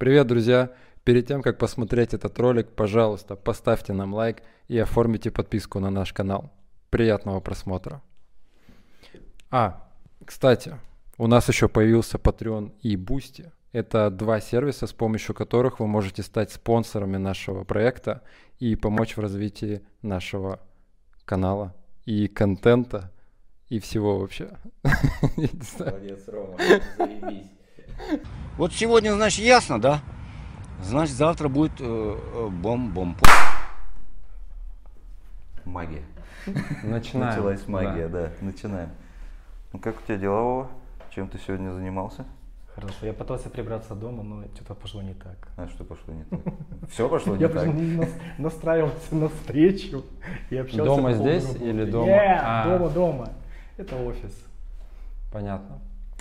Привет, друзья! Перед тем, как посмотреть этот ролик, пожалуйста, поставьте нам лайк и оформите подписку на наш канал. Приятного просмотра! Кстати, у нас еще появился Patreon и Boosty. Это два сервиса, с помощью которых вы можете стать спонсорами нашего проекта и помочь в развитии нашего канала и контента, и всего вообще. Молодец, Рома, заебись. Вот сегодня, значит, ясно, да? Значит, завтра будет бом-бом. Магия. Начинаем. Началась магия, да. Начинаем. Ну как у тебя дела, Вова? Чем ты сегодня занимался? Хорошо, я пытался прибраться дома, но что-то пошло не так. А что пошло не так? Все пошло не Я так? настраивался на встречу и общался. Дома по поводу здесь работы. или дома? Дома. Это офис. Понятно.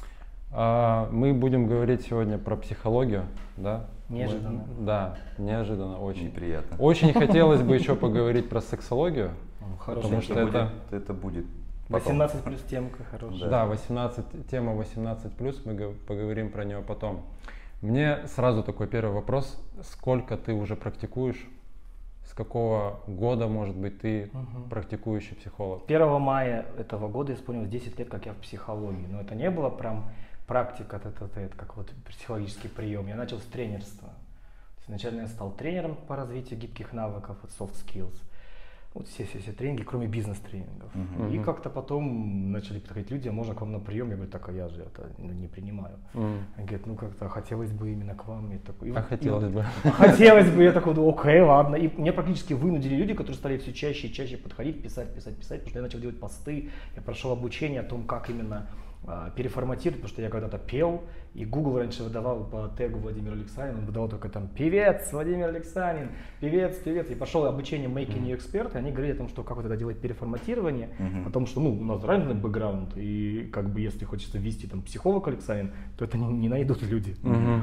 Мы будем говорить сегодня про психологию, да? Неожиданно. Да, неожиданно очень. Неприятно. Очень хотелось бы еще поговорить про сексологию, Хорошая потому что тема. Это будет потом. 18 плюс темка хорошая. Да, 18, тема 18+, мы поговорим про нее потом. Мне сразу такой первый вопрос. Сколько ты уже практикуешь? С какого года, может быть, ты практикующий психолог? 1 мая этого года исполнилось 10 лет, как я в психологии. Но это не было прям практика, как вот психологический прием. Я начал с тренерства. Изначально я стал тренером по развитию гибких навыков, вот soft skills. Вот все тренинги, кроме бизнес-тренингов. И как-то потом начали подходить люди, а можно к вам на прием? Я говорю, так, а я же это не принимаю. Они говорят, ну как-то хотелось бы именно к вам. Хотелось бы. Хотелось бы, я такой, окей, ладно. И меня практически вынудили люди, которые стали все чаще и чаще подходить, писать, потому что я начал делать посты, я прошел обучение о том, как именно переформатировать, потому что я когда-то пел, и Google раньше выдавал по тегу Владимир Алексанин, он выдавал только там «Певец Владимир Алексанин», «Певец». И пошел обучение Making You Expert, и они говорили о том, что как вот это делать переформатирование, о том, что у нас разный бэкграунд, и как бы если хочется ввести там психолог Алексанин, то это не найдут люди.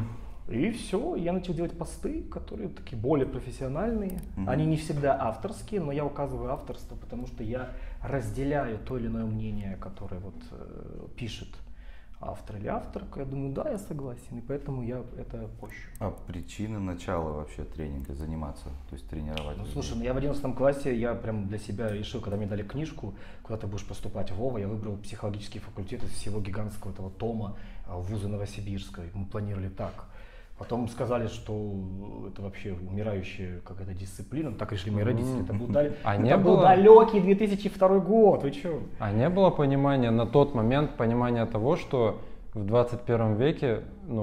И все, я начал делать посты, которые такие более профессиональные. Они не всегда авторские, но я указываю авторство, потому что я разделяю то или иное мнение, которое вот пишет автор или авторка. Я думаю, да, я согласен, и поэтому я это пощу. А причины начала вообще тренинга заниматься, то есть тренировать? Ну слушай, я в 11 классе, я прям для себя решил, когда мне дали книжку, куда ты будешь поступать, Вова, я выбрал психологический факультет из всего гигантского этого тома вуза Новосибирска. Мы планировали так. Потом сказали, что это вообще умирающая какая-то дисциплина. Так решили мои родители. Это был далекий 2002 год. Вы что? А не было понимания на тот момент, понимания того, что в 21 веке,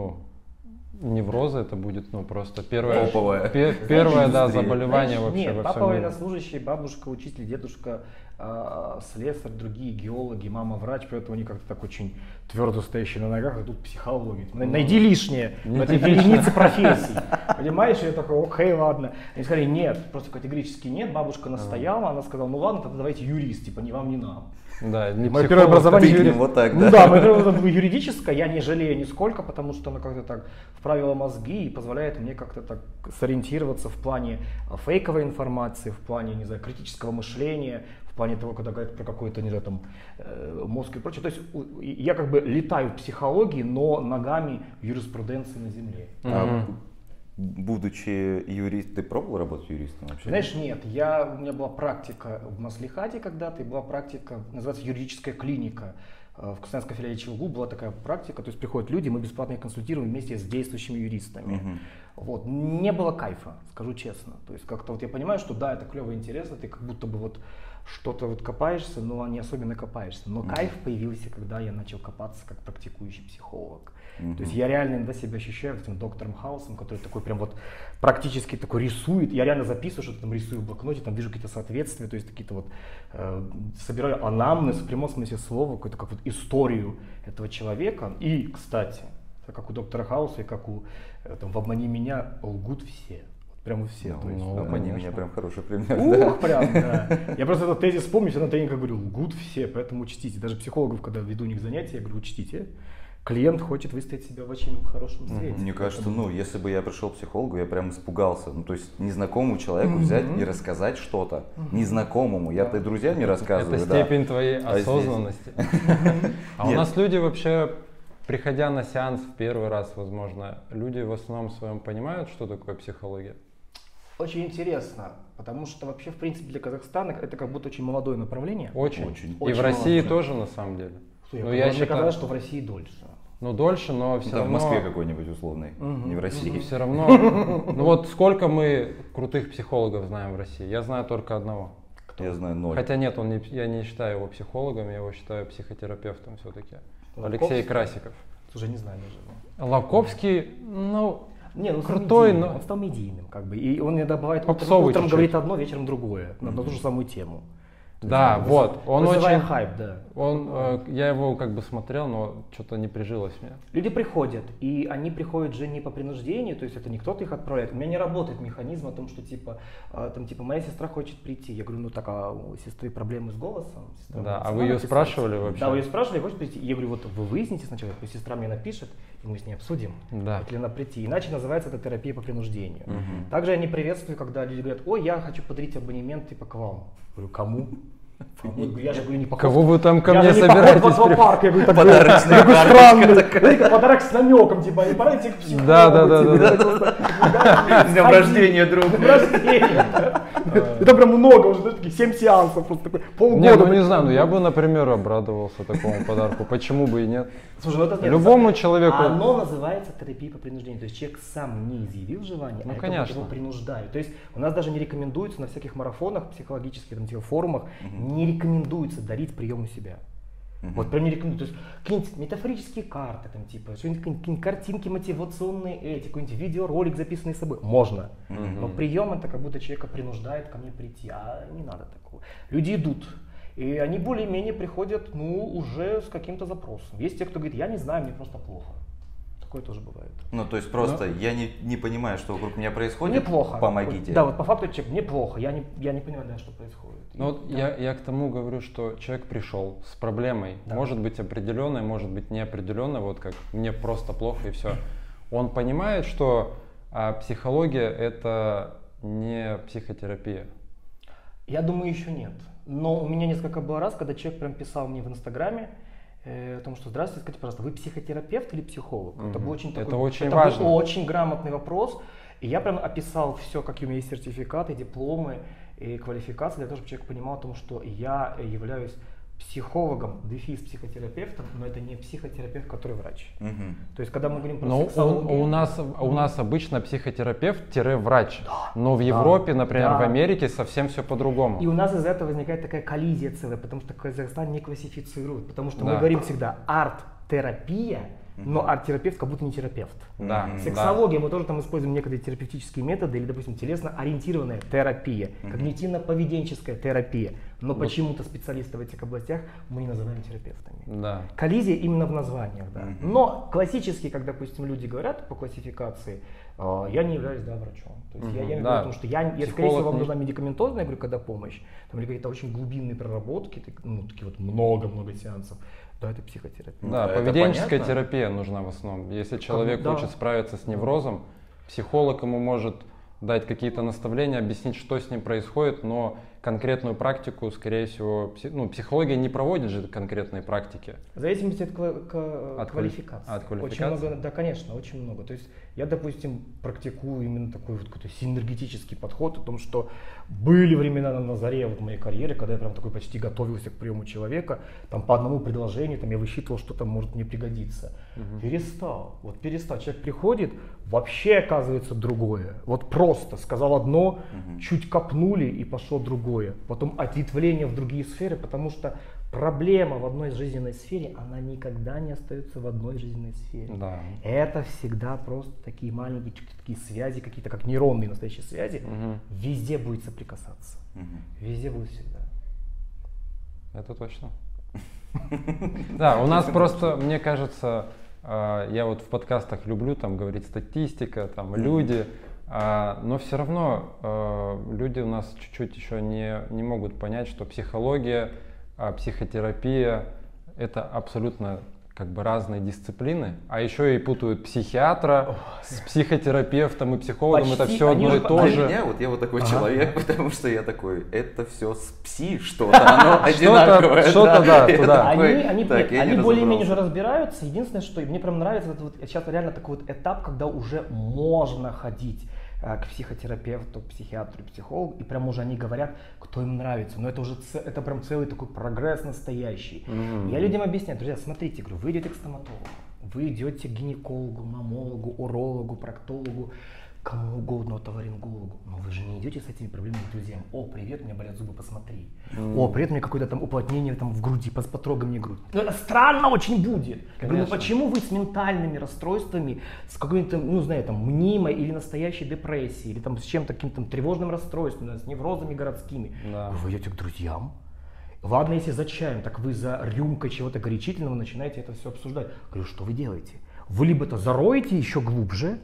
неврозы это будет, просто первое заболевание вообще нет, во всем папа мире. военнослужащий, бабушка, учитель, дедушка, слесарь, другие геологи, мама врач, поэтому они как-то так очень твердо стоящие на ногах, а тут психология. Найди лишнее в этой веренице профессий. Понимаешь, я такой, окей, ладно. Они сказали, нет, просто категорически нет, бабушка настояла, она сказала, ну ладно, тогда давайте юрист, типа не вам, не нам. Да, мое первое образование юрист. Вот так, да? Да, мое первое образование юридическое, я не жалею нисколько, потому что оно как-то так вправило мозги и позволяет мне как-то так сориентироваться в плане фейковой информации, в плане, не знаю, критического мышления, в плане того, когда говорят про какой-то, не знаю, там, мозг и прочее. То есть я как бы летаю в психологии, но ногами в юриспруденции на земле. Будучи юристом, ты пробовал работать юристом вообще? Знаешь, нет, у меня была практика в Маслихате когда-то, и была практика, называется юридическая клиника. В Красноярском филиале ЧЛГУ была такая практика, то есть приходят люди, мы бесплатно их консультируем вместе с действующими юристами. Вот. Не было кайфа, скажу честно. То есть как-то вот я понимаю, что да, это клево, интересно, ты как будто бы вот что-то вот копаешься, но не особенно копаешься. Но кайф появился, когда я начал копаться как практикующий психолог. То есть я реально иногда себя ощущаю этим доктором Хаусом, который такой прям вот практически такой рисует. Я реально записываю, что-то там рисую в блокноте, там вижу какие-то соответствия, то есть какие-то вот собираю анамнез в прямом смысле слова, какую-то как вот историю этого человека. И, кстати, как у доктора Хауса и как у в «Обмани меня» лгут все. Прямо все. «Обмани меня» прям хороший пример. Прям, да. Я просто этот тезис помню, всегда на тренингах говорю, лгут все, поэтому учтите. Даже психологов, когда веду у них занятия, я говорю, учтите. Клиент хочет выставить себя в очень хорошем свете. Мне кажется, если бы я пришел к психологу, я прям испугался. То есть незнакомому человеку взять и рассказать что-то. Незнакомому. Я-то и друзьям не рассказываю. Это степень твоей осознанности. А у нас люди вообще приходя на сеанс в первый раз, возможно, люди в основном своем понимают, что такое психология? Очень интересно, потому что вообще, в принципе, для Казахстана это как будто очень молодое направление. Очень. Очень. И Очень в России молодое. тоже, на самом деле. Мне казалось, что в России дольше. Ну, дольше, но все Да, равно... в Москве какой-нибудь условный, не в России. Все равно... Ну вот сколько мы крутых психологов знаем в России? Я знаю только одного. Я знаю 0. Хотя нет, я не считаю его психологом, я его считаю психотерапевтом все-таки. Лавковский? Алексей Красиков. Слушай, не знаю даже. Лавковский, ну, Не, ну крутой, медийным, но... он стал медийным, как бы. И он иногда бывает Попсовый утром чуть-чуть. говорит одно, вечером другое, на ту же самую тему. Да, вот. Он Вызывая очень... хайп, да. Я его как бы смотрел, но что-то не прижилось мне. Люди приходят, и они приходят же не по принуждению, то есть это не кто-то их отправляет. У меня не работает механизм о том, что типа моя сестра хочет прийти. Я говорю, ну так, а у сестры проблемы с голосом? Сестра Да, может а вы сама ее написать. спрашивали вообще? Да, вы ее спрашивали, хочет прийти? Я говорю, вот вы выясните сначала, пусть сестра мне напишет, и мы с ней обсудим, Да. хочет ли она прийти. Иначе называется это терапия по принуждению. Также я не приветствую, когда люди говорят, ой, я хочу подарить абонемент типа к вам. Я говорю, кому? Я же говорю, не похож. Кого вы там ко Я мне же не похож собираетесь? в аквапарк, я говорю, Подарочная такой карточка странный. Знаете, как подарок с намеком, типа, не пора идти к психологу. Да. С днем рождения, друг. С днем рождения. Это прям много уже, знаешь, такие 7 сеансов, просто такой полгода. Не, ну не знаю, ну я бы, например, обрадовался такому подарку. Почему бы и нет? Слушай, ну это нет, Любому человеку... Оно называется терапией по принуждению. То есть человек сам не изъявил желание, Ну, а конечно. его принуждают. То есть у нас даже не рекомендуется на всяких марафонах психологических, там, типа, форумах, не рекомендуется дарить прием у себя. Вот прям не рекомендую. То есть какие-нибудь метафорические карты, там, типа, какие-нибудь картинки мотивационные, какой-нибудь видеоролик, записанный с собой. Можно. Но прием это как будто человека принуждает ко мне прийти. А не надо такого. Люди идут. И они более-менее приходят, ну, уже с каким-то запросом. Есть те, кто говорит, я не знаю, мне просто плохо. Такое тоже бывает. Ну, то есть просто я не понимаю, что вокруг меня происходит. Мне плохо. Помогите. Да, вот по факту человек, мне плохо, я не понимаю, да, что происходит. Ну вот я к тому говорю, что человек пришел с проблемой, Да. может быть определенной, может быть неопределенной, вот как мне просто плохо и все. Он понимает, что психология это не психотерапия. Я думаю, еще нет. Но у меня несколько было раз, когда человек прям писал мне в Инстаграме о том, что здравствуйте, скажите, пожалуйста, вы психотерапевт или психолог? Это был очень такой, Это очень это важно. был очень грамотный вопрос. И я прям описал все, какие у меня есть сертификаты, дипломы и квалификации, для того, чтобы человек понимал о том, что я являюсь психологом, дефис психотерапевтом, но это не психотерапевт, который врач. То есть, когда мы говорим про Но сексологию... у нас обычно психотерапевт-врач, но в Европе, например, да. в Америке совсем все по-другому. И у нас из-за этого возникает такая коллизия целая, потому что Казахстан не классифицирует, потому что мы Да. говорим всегда арт-терапия, но арт-терапевт как будто не терапевт. Да, Сексология, мы тоже там используем некоторые терапевтические методы, или, допустим, телесно-ориентированная терапия, когнитивно-поведенческая терапия, но почему-то специалисты в этих областях мы не называем терапевтами. Да. Коллизия именно в названиях, да. Но классически, как, допустим, люди говорят по классификации, я не являюсь, да, врачом. То есть я имею в виду, Да. потому что я скорее Психолог всего, вам не- нужна медикаментозная, я говорю, когда помощь, там, или какие-то очень глубинные проработки, ну, такие вот много-много сеансов, да, это психотерапия. Да, это поведенческая понятно. терапия нужна в основном. Если человек да. хочет справиться с неврозом, психолог ему может дать какие-то наставления, объяснить, что с ним происходит, но конкретную практику, скорее всего, психология не проводит же конкретные практики. В зависимости от От квалификации. от Очень квалификации? много, да, конечно, очень много. То есть я, допустим, практикую именно такой вот какой-то синергетический подход о том, что были времена на заре вот моей карьеры, когда я прям такой почти готовился к приему человека, там по одному предложению, там я высчитывал, что там может мне пригодиться. Перестал. Человек приходит, вообще оказывается другое. Вот просто сказал одно, чуть копнули и пошло другое. Потом ответвление в другие сферы, потому что проблема в одной жизненной сфере, она никогда не остается в одной жизненной сфере. Да. Это всегда просто такие маленькие такие связи, какие-то как нейронные настоящие связи, везде будет соприкасаться. Везде будет всегда. Это точно. Да, у нас просто, мне кажется, я вот в подкастах люблю там говорить статистика, там люди, но все равно люди у нас чуть-чуть еще не могут понять, что психология, психотерапия это абсолютно как бы разные дисциплины, а еще и путают психиатра с психотерапевтом и психологом, Почти, это все они одно же и то же. Я вот такой человек, потому что я такой, это все с пси что-то, оно одинаковое. Что-то, да, Я туда. такой, Они так, я не более-менее уже разобрался. разбираются. Единственное, что мне прям нравится, это вот сейчас реально такой вот этап, когда уже можно ходить к психотерапевту, к психиатру, психологу, и прям уже они говорят, кто им нравится. Но это уже это прям целый такой прогресс настоящий. Я людям объясняю, друзья, смотрите, говорю, вы идете к стоматологу, вы идете к гинекологу, мамологу, урологу, проктологу, кому угодно, отоларингологу. Но вы же не идете с этими проблемами к друзьям. О, привет, у меня болят зубы, посмотри. О, привет, у меня какое-то там уплотнение там в груди, потрогай мне грудь. Ну, это странно очень будет. Я говорю, ну почему вы с ментальными расстройствами, с какой-то, ну, знаю, там, мнимой или настоящей депрессией, или там с чем-то, каким-то тревожным расстройством, с неврозами городскими, вы идете к друзьям? Ладно, если за чаем, так вы за рюмкой чего-то горячительного начинаете это все обсуждать. Говорю, что вы делаете? Вы либо это зароете еще глубже,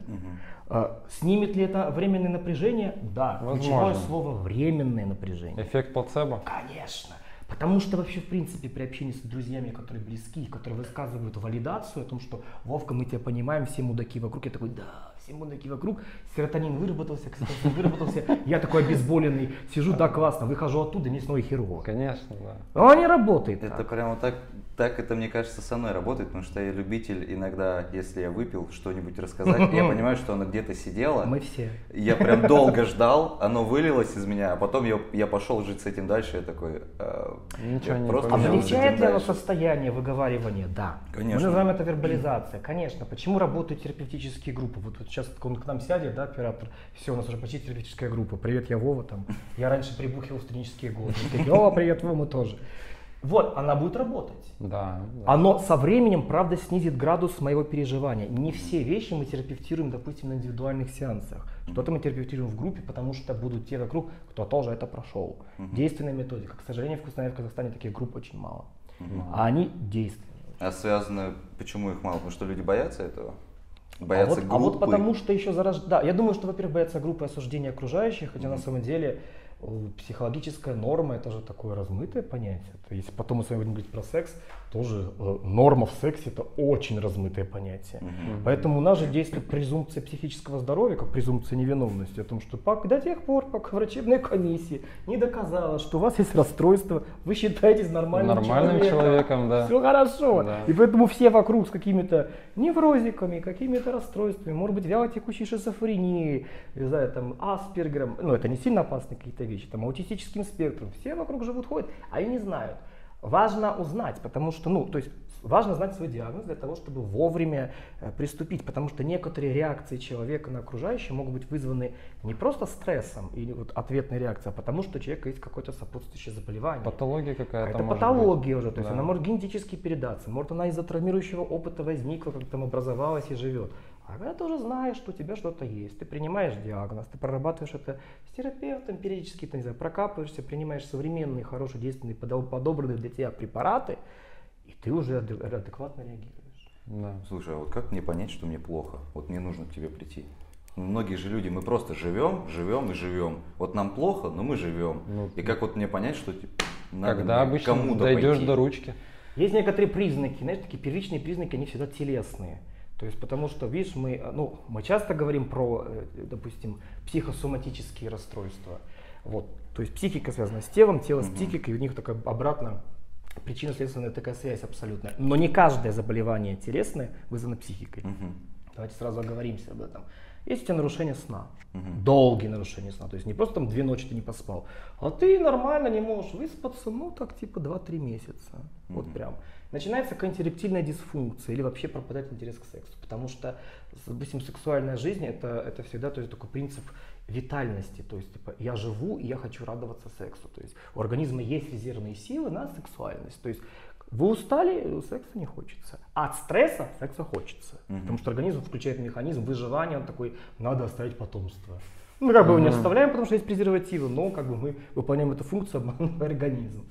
снимет ли это временное напряжение? Да. Ключевое слово временное напряжение. Эффект плацебо? Конечно. Потому что вообще, в принципе, при общении с друзьями, которые близки, которые высказывают валидацию о том, что Вовка, мы тебя понимаем, все мудаки вокруг, я такой, да, все мудаки вокруг, серотонин выработался, окситоцин выработался, я такой обезболенный, сижу, да, классно, выхожу оттуда, и мне снова херово. Конечно, да. Но не работает Это так. прямо так это, мне кажется, со мной работает, потому что я любитель иногда, если я выпил, что-нибудь рассказать, я понимаю, что оно где-то сидело. Мы все. Я прям долго ждал, оно вылилось из меня, а потом я пошел жить с этим дальше, я такой... Ничего не просто поменялось. жил с этим Облегчает ли оно дальше. состояние выговаривания? Да. Конечно. Мы называем это вербализация. Конечно. Почему работают терапевтические группы? Вот сейчас он к нам сядет, да, оператор, все, у нас уже почти терапевтическая группа. Привет, я Вова там. Я раньше прибухивал в студенческие годы. О, привет, Вова, мы тоже. Вот, она будет работать. Да. Оно со временем, правда, снизит градус моего переживания. Не все вещи мы терапевтируем, допустим, на индивидуальных сеансах. Что-то мы терапевтируем в группе, потому что будут те вокруг, кто тоже это прошел. Действенная методика. К сожалению, в Казахстане таких групп очень мало. А они действенные. А связано, почему их мало? Потому что люди боятся этого? Боятся группы? А вот потому что еще Да, я думаю, что, во-первых, боятся группы осуждения окружающих, хотя на самом деле психологическая норма — это же такое размытое понятие. То есть потом мы с вами будем говорить про секс, тоже норма в сексе — это очень размытое понятие. Поэтому у нас же действует презумпция психического здоровья, как презумпция невиновности, о том, что до тех пор, пока врачебная комиссия не доказала, что у вас есть расстройство, вы считаетесь нормальным человеком, да. Все хорошо. Да. И поэтому все вокруг с какими-то неврозиками, какими-то расстройствами, может быть, вялотекущей шизофренией, не знаю, там, Аспергером, ну это не сильно опасные какие-то вещи, там, аутистическим спектром, все вокруг живут, ходят, а и не знают. Важно узнать, потому что, то есть важно знать свой диагноз для того, чтобы вовремя приступить, потому что некоторые реакции человека на окружающее могут быть вызваны не просто стрессом или вот ответной реакцией, а потому что у человека есть какое-то сопутствующее заболевание. Патология какая-то Это может патология быть. уже, то есть она может генетически передаться, может она из-за травмирующего опыта возникла, как там образовалась и живет. А когда ты уже знаешь, что у тебя что-то есть, ты принимаешь диагноз, ты прорабатываешь это с терапевтом, периодически ты, не знаю, прокапываешься, принимаешь современные, хорошие, действенные, подобранные для тебя препараты, и ты уже адекватно реагируешь. Да. Слушай, а вот как мне понять, что мне плохо? Вот мне нужно к тебе прийти. Многие же люди, мы просто живем и живем. Вот нам плохо, но мы живем. И как вот мне понять, что надо Когда мне обычно кому-то дойдешь пойти? до ручки. Есть некоторые признаки, знаешь, такие первичные признаки, они всегда телесные. То есть потому что, видишь, мы часто говорим про, допустим, психосоматические расстройства. Вот. То есть психика связана с телом, тело с психикой, и у них такая обратно причинно-следственная такая связь абсолютная. Но не каждое заболевание телесное вызвано психикой. Давайте сразу оговоримся об этом. Есть у тебя нарушение сна, долгие нарушения сна, то есть не просто там 2 ночи ты не поспал, а ты нормально не можешь выспаться, так типа 2-3 месяца, вот прям. Начинается какая-нибудь эректильная дисфункция или вообще пропадает интерес к сексу, потому что, допустим, сексуальная жизнь это всегда то есть, такой принцип витальности, то есть типа я живу и я хочу радоваться сексу, то есть у организма есть резервные силы на сексуальность, то есть вы устали, секса не хочется. А от стресса секса хочется. Потому что организм включает механизм выживания, он такой, надо оставить потомство. Мы как бы его не оставляем, потому что есть презервативы, но как бы мы выполняем эту функцию, обманывая организм.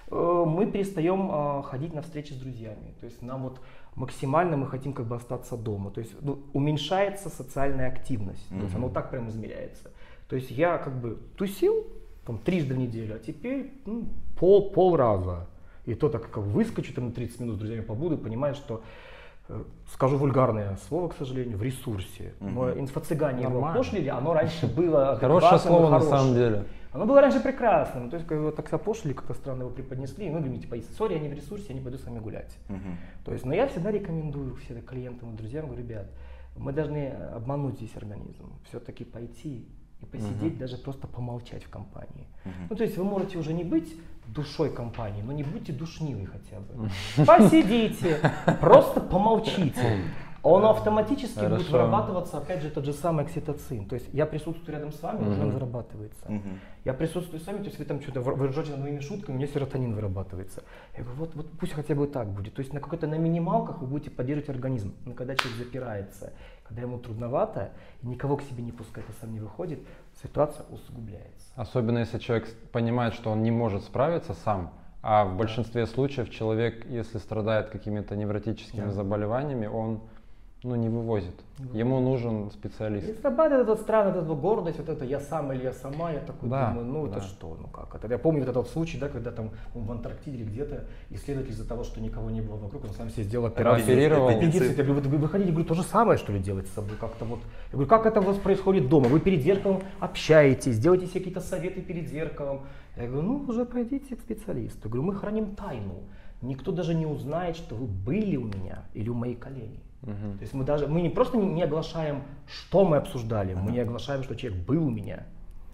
Мы перестаем ходить на встречи с друзьями. То есть нам вот максимально мы хотим как бы остаться дома. То есть уменьшается социальная активность. То есть оно так прям измеряется. То есть я как бы тусил там 3 раза в неделю, а теперь пол раза. И то так как выскочу там на 30 минут с друзьями побуду, понимаю, что, скажу вульгарное слово, к сожалению, в ресурсе. Но инфо-цыгане его опошлили, оно раньше было хорошее слово на самом деле. Оно было раньше прекрасным, то есть его так опошлили, как-то странно его преподнесли, ну, говорю, типа, сори, я не в ресурсе, я не пойду с вами гулять. То есть, но я всегда рекомендую всем клиентам и друзьям, говорю, ребят, мы должны обмануть здесь организм, все-таки пойти и посидеть, даже просто помолчать в компании. Ну, то есть вы можете уже не быть душой компании, но не будьте душнивы хотя бы. Посидите, просто помолчите. Он автоматически будет вырабатываться, опять же, тот же самый окситоцин. То есть я присутствую рядом с вами, он вырабатывается. Я присутствую с вами, то есть вы там что-то ржете над моими шутками, у меня серотонин вырабатывается. Я говорю, вот пусть хотя бы так будет. То есть на минималках вы будете поддерживать организм. Но когда человек запирается, когда ему трудновато, и никого к себе не пускает, а сам не выходит, ситуация усугубляется. Особенно если человек понимает, что он не может справиться сам. А в большинстве случаев человек, если страдает какими-то невротическими заболеваниями, он не вывозит. Ему нужен специалист. И срабатывает этот страх, эта гордость, вот это я сам или я сама, я такой думаю, это что, как это. Я помню вот этот случай, да, когда там в Антарктиде или где-то исследователь из-за того, что никого не было вокруг, он сам себе сделал операцию. Я говорю, вы выходите, говорю, то же самое, что ли, делать с собой как-то вот. Я говорю, как это у вас происходит дома? Вы перед зеркалом общаетесь, делаете себе какие-то советы перед зеркалом. Я говорю, уже пойдите к специалисту. Я говорю, мы храним тайну. Никто даже не узнает, что вы были у меня или у моей коллеги. То есть мы не просто не оглашаем, что мы обсуждали, мы не оглашаем, что человек был у меня.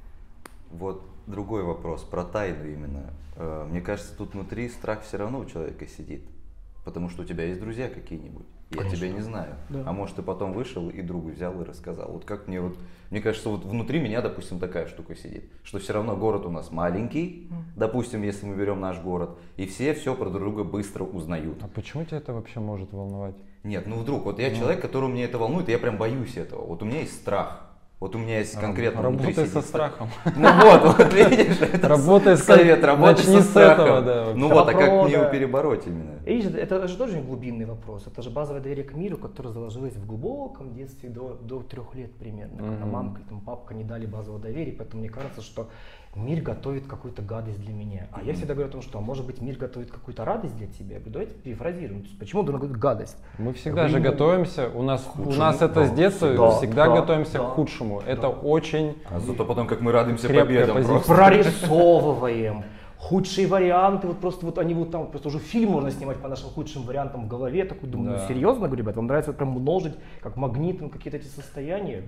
Вот другой вопрос про тайну именно. Мне кажется, тут внутри страх все равно у человека сидит, потому что у тебя есть друзья какие-нибудь. Я тебя не знаю. Да. А может, ты потом вышел и другу взял и рассказал. Вот как мне кажется, вот внутри меня, допустим, такая штука сидит, что все равно город у нас маленький, допустим, если мы берем наш город, и все про друга быстро узнают. А почему тебя это вообще может волновать? Нет, вдруг, вот я человек, которому мне это волнует, и я прям боюсь этого. Вот у меня есть страх. Вот у меня есть конкретно работай со страхом. Вот видишь, это совет, работай со страхом. А как мне его перебороть именно? Видишь, это же тоже глубинный вопрос. Это же базовое доверие к миру, которое заложилось в глубоком детстве до 3 лет примерно. Когда мамка и папка не дали базового доверия, поэтому мне кажется, что мир готовит какую-то гадость для меня. А я всегда говорю о том, что может быть мир готовит какую-то радость для тебя. Я говорю, давайте перефразируем. Почему он говорит гадость? Мы всегда же готовимся, у нас это с детства, всегда готовимся к худшему. Это очень... А зато потом, как мы радуемся победам. Прорисовываем. Худшие варианты, они там, просто уже фильм можно снимать по нашим худшим вариантам в голове. Такой думаю, серьезно, говорю, ребят, вам нравится прям множить, как магнитом какие-то эти состояния?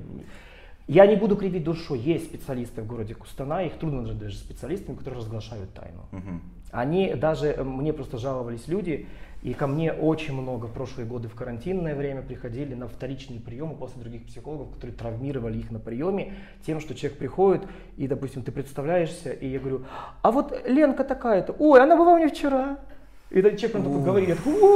Я не буду кривить душу, есть специалисты в городе Кустана, их трудно даже специалистами, которые разглашают тайну. Они даже, мне просто жаловались люди, и ко мне очень много в прошлые годы в карантинное время приходили на вторичные приемы после других психологов, которые травмировали их на приеме тем, что человек приходит, и, допустим, ты представляешься, и я говорю, а вот Ленка такая-то, ой, она была у меня вчера. И этот человек он такой говорит,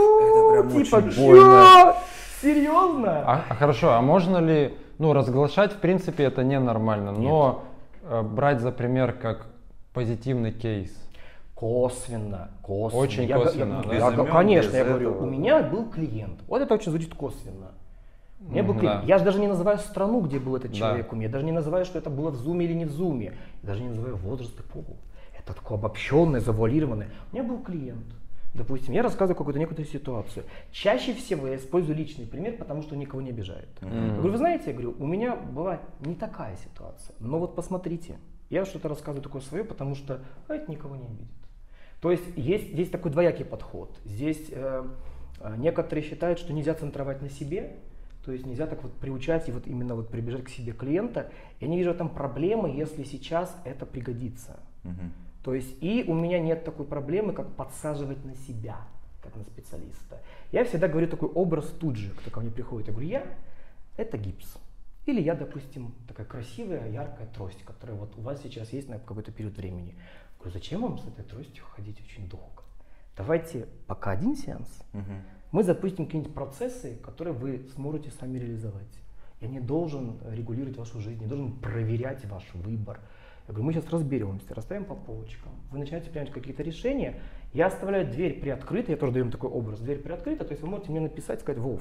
типа, чё? Серьезно? Хорошо, а можно ли, разглашать, в принципе, это ненормально, но брать за пример как позитивный кейс? Косвенно. Очень косвенно. Конечно, я говорю, у меня был клиент. Вот это очень звучит косвенно. У меня был клиент. Я же даже не называю страну, где был этот человек у меня. Я даже не называю, что это было в зуме или не в зуме. Я даже не называю возраст и пол. Это такое обобщенное, завуалированное. У меня был клиент. Допустим, я рассказываю какую-то некую ситуацию. Чаще всего я использую личный пример, потому что он никого не обижает. Я говорю, вы знаете, у меня была не такая ситуация. Но вот посмотрите, я что-то рассказываю такое свое, потому что это никого не обидит. То есть здесь такой двоякий подход. Здесь некоторые считают, что нельзя центровать на себе, то есть нельзя так приучать и именно приближать к себе клиента. Я не вижу там проблемы, если сейчас это пригодится. То есть и у меня нет такой проблемы, как подсаживать на себя, как на специалиста. Я всегда говорю такой образ тут же, кто ко мне приходит. Я говорю, это гипс. Или я, допустим, такая красивая, яркая трость, которая у вас сейчас есть на какой-то период времени. Я говорю, зачем вам с этой тростью ходить очень долго? Давайте пока один сеанс, мы запустим какие-нибудь процессы, которые вы сможете сами реализовать. Я не должен регулировать вашу жизнь, не должен проверять ваш выбор. Я говорю, мы сейчас разберемся, расставим по полочкам. Вы начинаете принимать какие-то решения. Я оставляю дверь приоткрытой, я тоже даю им такой образ. Дверь приоткрыта, то есть вы можете мне написать, сказать, Вов,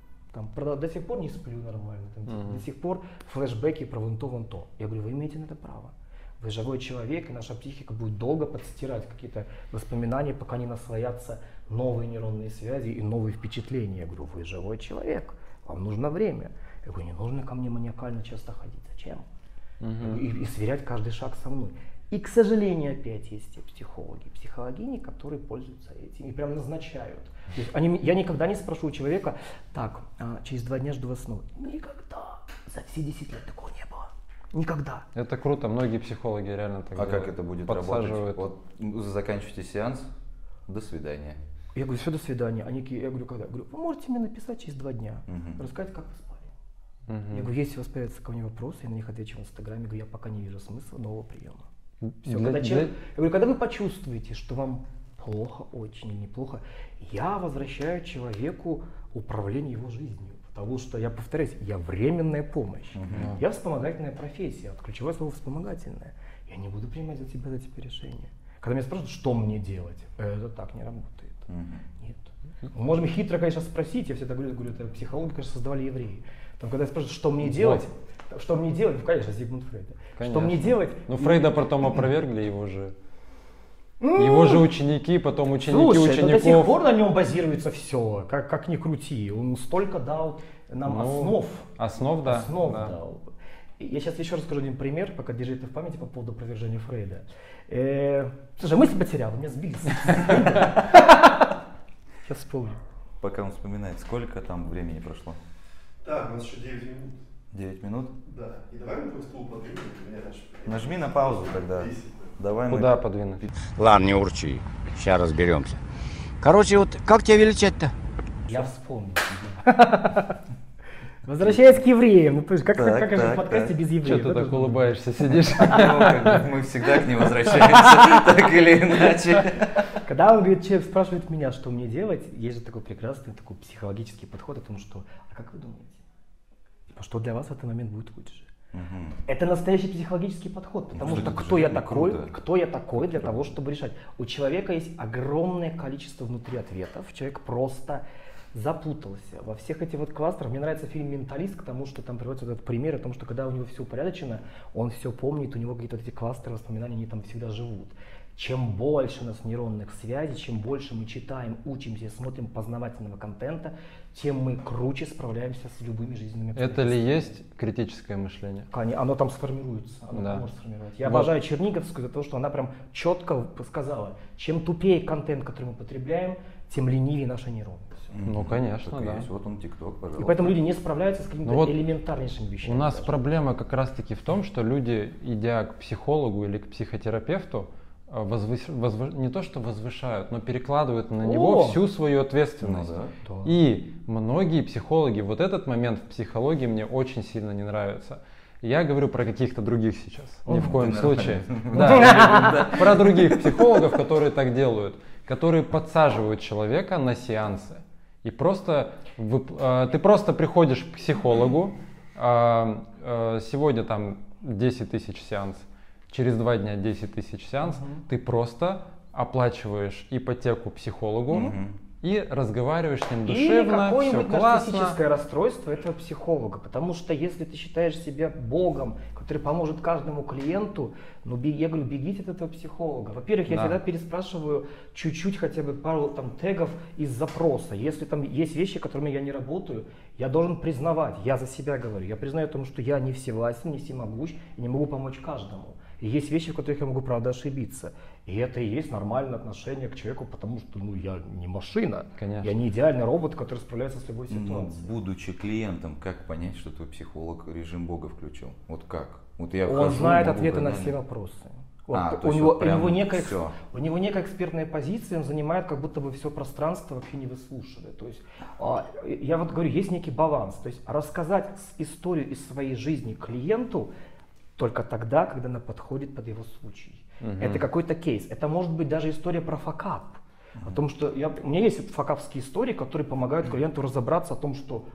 до сих пор не сплю нормально, до сих пор флешбеки про вон то. Я говорю, вы имеете на это право. Вы живой человек, и наша психика будет долго подстирать какие-то воспоминания, пока не наслоятся новые нейронные связи и новые впечатления. Я говорю, вы живой человек, вам нужно время. Я говорю, не нужно ко мне маниакально часто ходить. Зачем? И сверять каждый шаг со мной. И, к сожалению, опять есть те психологи, психологини, которые пользуются этим и прям назначают. То есть я никогда не спрошу у человека, так, через 2 дня жду вас снова. Никогда. За все 10 лет такого не было. Никогда. Это круто, многие психологи реально так делают. А как это будет работать? Вот заканчиваете сеанс, до свидания. Я говорю, все, до свидания. Я говорю, когда? Я говорю, вы можете мне написать через 2 дня, рассказать, как вы спали. Я говорю, если у вас появятся ко мне вопросы, я на них отвечу в Инстаграме. Я говорю, я пока не вижу смысла нового приема. Все, я говорю, когда вы почувствуете, что вам плохо, очень неплохо, я возвращаю человеку управление его жизнью. Потому что, я повторяюсь, я временная помощь. Я вспомогательная профессия. Вот ключевое слово вспомогательное. Я не буду принимать за тебя решения. Когда меня спрашивают, что мне делать, это так не работает. Нет. Мы можем хитро, конечно, спросить, я всегда говорю, это психологи, конечно, создавали евреи. Там, когда спрашивают, что мне делать, конечно, Зигмунд Фрейд. Что мне делать? Ну, Фрейда потом опровергли его же. Его же ученики, потом ученики учеников. До сих пор на нем базируется все, как ни крути. Он столько дал нам основ. Основ, да. Основ дал. Я сейчас еще расскажу один пример, пока держи это в памяти по поводу опровержения Фрейда. Слушай, мысль потерял, меня сбили. Сейчас вспомню. Пока он вспоминает, сколько там времени прошло? Так, у нас еще 9 минут. 9 минут? Да. И давай мы твой стул подвинем, меня раньше. Нажми на паузу тогда. 10. Давай. Куда подвинуть? Ладно, не урчи, сейчас разберемся. Короче, вот как тебя величать-то? Я вспомнил. Возвращаясь к евреям, как же в подкасте без евреев? Что ты так улыбаешься, сидишь? Мы всегда к ним возвращаемся, так или иначе. Когда он говорит, человек спрашивает меня, что мне делать, есть же такой прекрасный такой психологический подход о том, что, а как вы думаете, что для вас в этот момент будет лучше? Это настоящий психологический подход, потому что кто я такой для того, чтобы решать. У человека есть огромное количество внутри ответов, человек просто запутался во всех этих вот кластерах. Мне нравится фильм «Менталист», потому что там приводится этот пример о том, что когда у него все упорядочено, он все помнит, у него какие-то вот эти кластеры воспоминаний, они там всегда живут. Чем больше у нас нейронных связей, чем больше мы читаем, учимся, смотрим познавательного контента, тем мы круче справляемся с любыми жизненными обстоятельствами. Это ли есть критическое мышление? Конечно, оно там сформируется, может сформировать. Я обожаю Черниговскую за то, что она прям четко сказала, чем тупее контент, который мы потребляем, тем ленивее наши нейроны. Ну, конечно, да. Вот он, ТикТок, пожалуйста. И поэтому люди не справляются с какими-то элементарнейшими вещами. У нас проблема как раз-таки в том, что люди, идя к психологу или к психотерапевту, не то что возвышают, но перекладывают на него всю свою ответственность. И многие психологи, вот этот момент в психологии мне очень сильно не нравится. Я говорю про каких-то других сейчас, ни в коем случае. Да, про других психологов, которые так делают, которые подсаживают человека на сеансы. И просто ты просто приходишь к психологу, сегодня там 10 тысяч сеансов, через 2 дня 10 тысяч сеансов, ты просто оплачиваешь ипотеку психологу и разговариваешь с ним душевно, все классно. Или какое-нибудь нарциссическое расстройство этого психолога, потому что если ты считаешь себя богом, который поможет каждому клиенту, я говорю, бегите от этого психолога. Во-первых, я всегда переспрашиваю чуть-чуть, хотя бы пару там тегов из запроса. Если там есть вещи, которыми я не работаю, я должен признавать, я за себя говорю, я признаю о том, что я не всевластен, не всемогущ и не могу помочь каждому. И есть вещи, в которых я могу, правда, ошибиться. И это и есть нормальное отношение к человеку, потому что я не машина. Конечно. Я не идеальный робот, который справляется с любой ситуацией. Будучи клиентом, как понять, что твой психолог режим Бога включил? Вот как? Он знает ответы на все вопросы. У него некая экспертная позиция, он занимает как будто бы все пространство, вообще не выслушивая. То есть, я вот говорю, есть некий баланс. То есть рассказать историю из своей жизни клиенту только тогда, когда она подходит под его случай. Это какой-то кейс. Это может быть даже история про факап. О том, что у меня есть факапские истории, которые помогают клиенту разобраться о том, что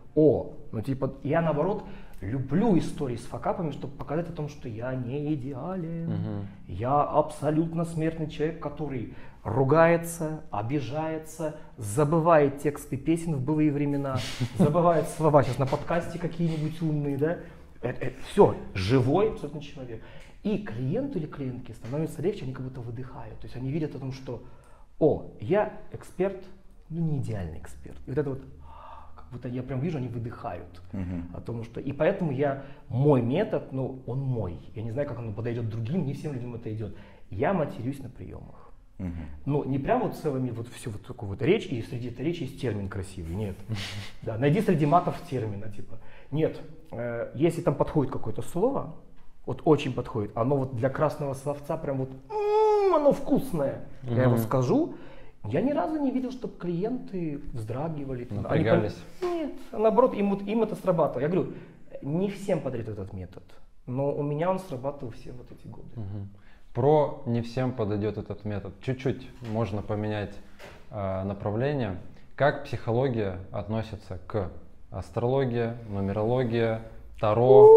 я наоборот люблю истории с факапами, чтобы показать о том, что я не идеален. Я абсолютно смертный человек, который ругается, обижается, забывает тексты песен в былые времена, забывает слова сейчас на подкасте какие-нибудь умные, да? Все, живой абсолютно человек. И клиенту или клиентке становится легче, они как будто выдыхают. То есть они видят о том, что, я эксперт, не идеальный эксперт. И вот это вот, как будто я прям вижу, они выдыхают о том, что... И поэтому мой метод, он мой. Я не знаю, как он подойдет другим, не всем людям это идет. Я матерюсь на приемах. Не прям вот целыми всю вот такую вот речь, и среди этой речи есть термин красивый, нет. Да, найди среди матов термина, типа. Нет, если там подходит какое-то слово, вот очень подходит, оно вот для красного словца прям вот, оно вкусное, я его скажу, я ни разу не видел, чтобы клиенты вздрагивали. Напрягались. Нет, наоборот, им это срабатывало. Я говорю, не всем подойдет этот метод, но у меня он срабатывал все вот эти годы. Про не всем подойдет этот метод. Чуть-чуть можно поменять направление. Как психология относится к астрологии, нумерологии, таро?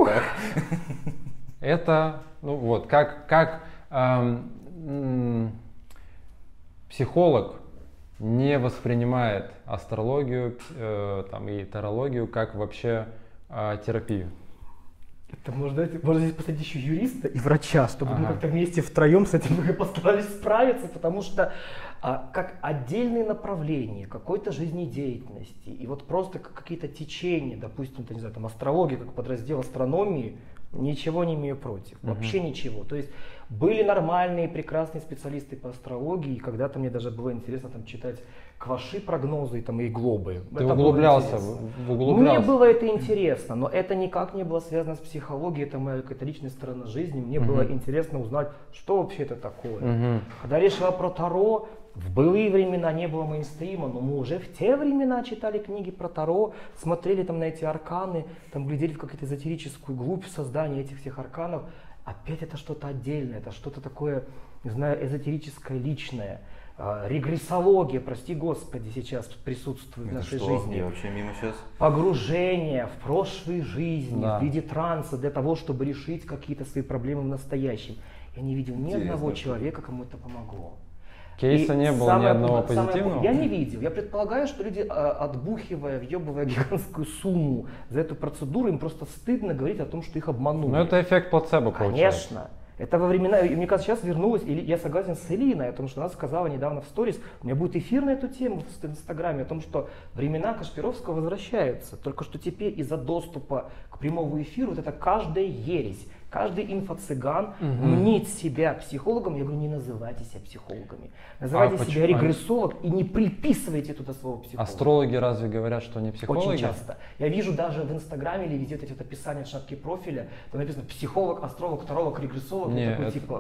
Это, как психолог не воспринимает астрологию и тарологию как вообще терапию. Это можно здесь посадить еще юриста и врача, чтобы мы как-то вместе втроем с этим постарались справиться, потому что как отдельные направления какой-то жизнедеятельности и вот просто какие-то течения, допустим, не знаю, там астрология как подраздел астрономии, ничего не имею против, вообще ничего. То есть были нормальные, прекрасные специалисты по астрологии, и когда-то мне даже было интересно там читать кваши прогнозы и глобы. Ты углублялся. Мне было это интересно, но это никак не было связано с психологией, это моя какая-то личная сторона жизни. Мне было интересно узнать, что вообще это такое. Когда речь шла про Таро, в былые времена не было мейнстрима, но мы уже в те времена читали книги про Таро, смотрели на эти арканы, глядели в какую-то эзотерическую глубь создания этих всех арканов. Опять это что-то отдельное, это что-то такое, не знаю, эзотерическое, личное. Регрессология, прости господи, сейчас присутствует в нашей жизни. Я вообще мимо сейчас. Погружение в прошлые жизни, в виде транса для того, чтобы решить какие-то свои проблемы в настоящем. Я не видел ни одного человека, кому это помогло. Кейса не было ни одного позитивного? Я не видел. Я предполагаю, что люди, отбухивая, въебывая гигантскую сумму за эту процедуру, им просто стыдно говорить о том, что их обманули. Но это эффект плацебо получается. Конечно. Это во времена, мне кажется, сейчас вернулось, или я согласен с Элиной, о том, что она сказала недавно в сторис, у меня будет эфир на эту тему в Инстаграме, о том, что времена Кашпировского возвращаются, только что теперь из-за доступа к прямому эфиру это каждая ересь. Каждый инфо-цыган мнит себя психологом. Я говорю, не называйте себя психологами. Называйте себя регрессолог и не приписывайте туда слово психолог. Астрологи разве говорят, что они психологи? Очень часто. Я вижу даже в Инстаграме или везде эти описания в шапке профиля, там написано психолог, астролог, таролог, регрессолог. Нет, такой, типа...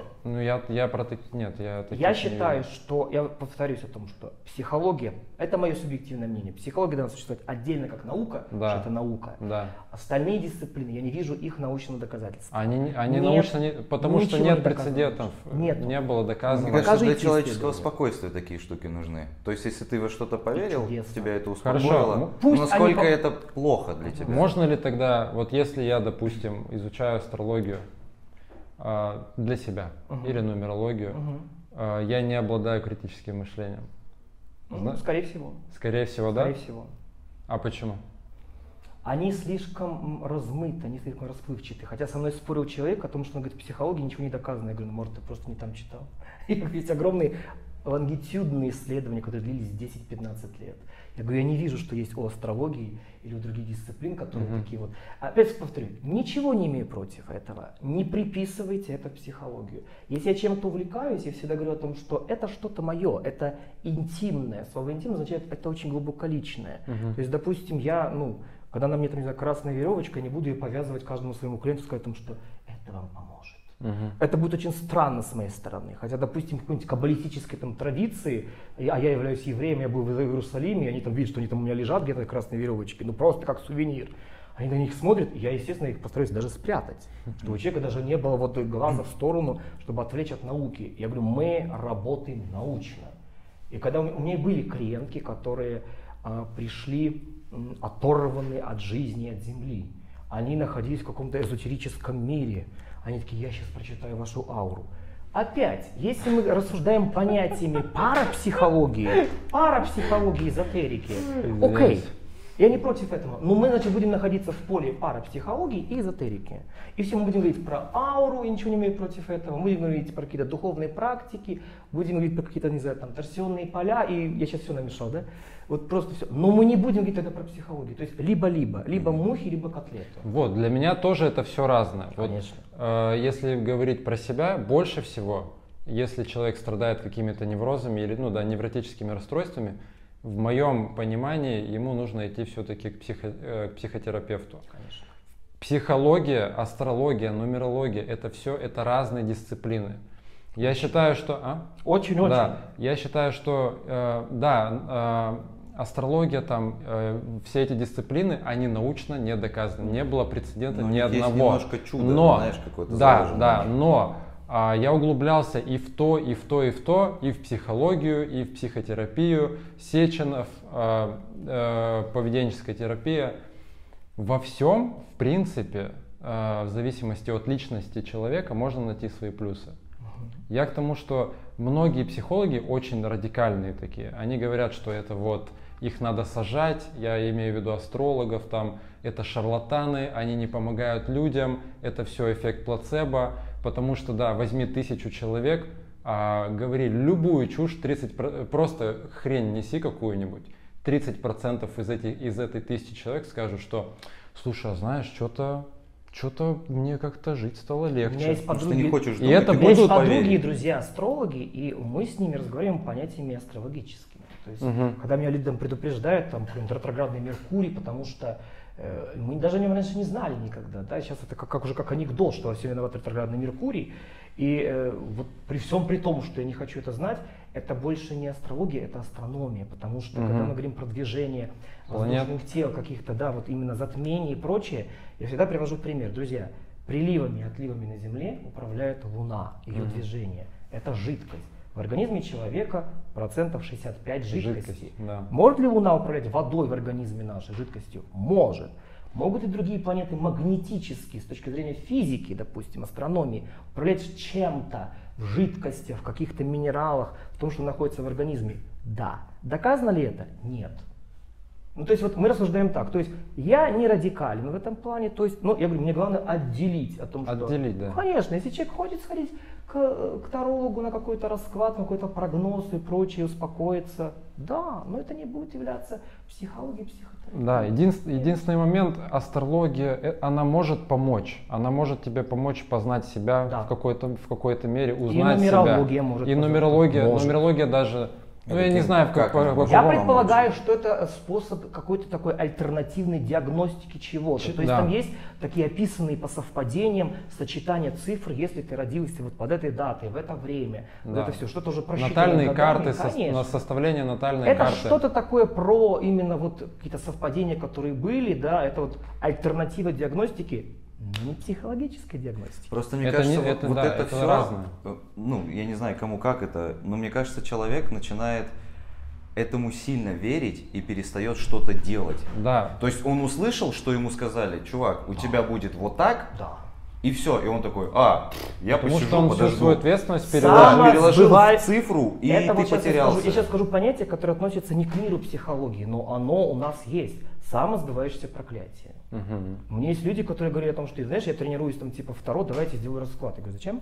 я считаю, что, я повторюсь о том, что психология, это мое субъективное мнение, психология должна существовать отдельно как наука, потому что это наука. Да. Остальные дисциплины, я не вижу их научного доказательства. Они научно, потому что нет прецедентов, не было доказано. Мне кажется, для человеческого спокойствия такие штуки нужны. То есть, если ты во что-то поверил, тебя это успокоило, насколько это плохо для тебя? Можно ли тогда, вот если я, допустим, изучаю астрологию для себя или нумерологию, я не обладаю критическим мышлением? Скорее всего. Скорее всего, да? Скорее всего. А почему? Они слишком размыты, они слишком расплывчаты. Хотя со мной спорил человек о том, что он говорит, в психологии ничего не доказано. Я говорю, может, ты просто не там читал. Есть огромные лонгитюдные исследования, которые длились 10-15 лет. Я говорю, я не вижу, что есть у астрологии или у других дисциплин, которые такие вот. Опять повторю, ничего не имею против этого. Не приписывайте это психологию. Если я чем-то увлекаюсь, я всегда говорю о том, что это что-то мое, это интимное. Слово интимное означает, это очень глубоко личное. То есть, допустим, я, когда на мне там, не знаю, красная веревочка, я не буду ее повязывать каждому своему клиенту, сказать о том, что это вам поможет. Это будет очень странно с моей стороны. Хотя, допустим, в какой-нибудь каббалистической традиции, а я являюсь евреем, я был в Иерусалиме, и они там видят, что они там у меня лежат где-то красные веревочки, просто как сувенир. Они на них смотрят, и я, естественно, их постараюсь даже спрятать. Чтобы у человека даже не было глаза в сторону, чтобы отвлечь от науки. Я говорю, мы работаем научно. И когда у меня были клиентки, которые пришли оторваны от жизни, от земли. Они находились в каком-то эзотерическом мире. Они такие, я сейчас прочитаю вашу ауру. Опять, если мы рассуждаем понятиями парапсихологии, эзотерики, окей, Я не против этого, но мы, значит, будем находиться в поле парапсихологии и эзотерики. И все мы будем говорить про ауру, я ничего не имею против этого, мы будем говорить про какие-то духовные практики, будем говорить про какие-то, не знаю, там, торсионные поля, и я сейчас все намешал, да? Вот просто все. Но мы не будем говорить тогда про психологию, то есть либо мухи, либо котлеты. Вот, для меня тоже это все разное. Конечно. Вот, если говорить про себя, больше всего, если человек страдает какими-то неврозами или, ну да, невротическими расстройствами, в моем понимании ему нужно идти все-таки к психотерапевту. Конечно. Психология, астрология, нумерология — это все, это разные дисциплины. Я считаю, что... Очень-очень. Да, я считаю, что астрология, там, все эти дисциплины, они научно не доказаны. Не было прецедента ни одного. Есть немножко чудо, знаешь, какое-то заложено. Да, но я углублялся и в то, и в то, и в то, и в психологию, и в психотерапию, Сеченов, поведенческая терапия. Во всем, в принципе, в зависимости от личности человека, можно найти свои плюсы. Я к тому, что многие психологи очень радикальные такие. Они говорят, что это вот их надо сажать, я имею в виду астрологов, там, это шарлатаны, они не помогают людям, это все эффект плацебо, потому что, да, возьми 1000 человек, говори любую чушь, 30%, просто хрень неси какую-нибудь, 30% из этой 1000 человек скажут, что, слушай, а знаешь, что-то мне как-то жить стало легче. У меня есть подруги, не хочешь думать, и это будут подруги и друзья астрологи, и мы с ними разговариваем понятиями астрологическими. То есть, когда меня люди там предупреждают, там, ретроградный Меркурий, потому что мы даже о нем раньше не знали никогда. Да? Сейчас это уже как анекдот, что все виноват ретроградный Меркурий. И вот при всем при том, что я не хочу это знать, это больше не астрология, это астрономия. Потому что когда мы говорим про движение воздушных тел, каких-то, да, вот именно затмений и прочее, я всегда привожу пример. Друзья, приливами и отливами на Земле управляет Луна, ее движение. Это жидкость. В организме человека 65% жидкости. Да. Может ли Луна управлять водой в организме нашей, жидкостью? Может. Могут и другие планеты магнетически, с точки зрения физики, допустим, астрономии, управлять чем-то в жидкостях, в каких-то минералах, в том, что находится в организме? Да. Доказано ли это? Нет. Ну, то есть вот мы рассуждаем так, то есть я не радикален в этом плане, то есть, ну, я говорю, мне главное отделить о том, что... Отделить, да. Конечно, если человек хочет сходить к тарологу на какой-то расклад, на какой-то прогноз и прочее, успокоиться, да, но это не будет являться психологией, психотерапией. Да, единственный момент, астрология, она может помочь, она может тебе помочь познать себя, да, в какой-то мере, узнать себя. И нумерология может. И нумерология даже... Ну, я не знаю, я предполагаю, что это способ какой-то такой альтернативной диагностики чего-то. То есть там есть такие описанные по совпадениям сочетания цифр, если ты родился вот под этой датой, в это время. Да. Вот это все, что-то уже просчитано. Натальные карты, составление натальной карты. Это что-то такое про именно вот какие-то совпадения, которые были, да, это вот альтернатива диагностики. Не психологической диагностики. Просто мне кажется, это все разное. Ну, я не знаю, кому как это, но мне кажется, человек начинает этому сильно верить и перестает что-то делать. Да. То есть он услышал, что ему сказали, чувак, у тебя будет вот так, и все, и он такой, я Потому посижу, что он подожду. всю свою ответственность переложил в цифру, и это ты вот потерялся. Я сейчас скажу понятие, которое относится не к миру психологии, но оно у нас есть. Самосбывающееся проклятие. У меня есть люди, которые говорят о том, что, знаешь, я тренируюсь там типа второй, давайте сделаю расклад. Я говорю, зачем?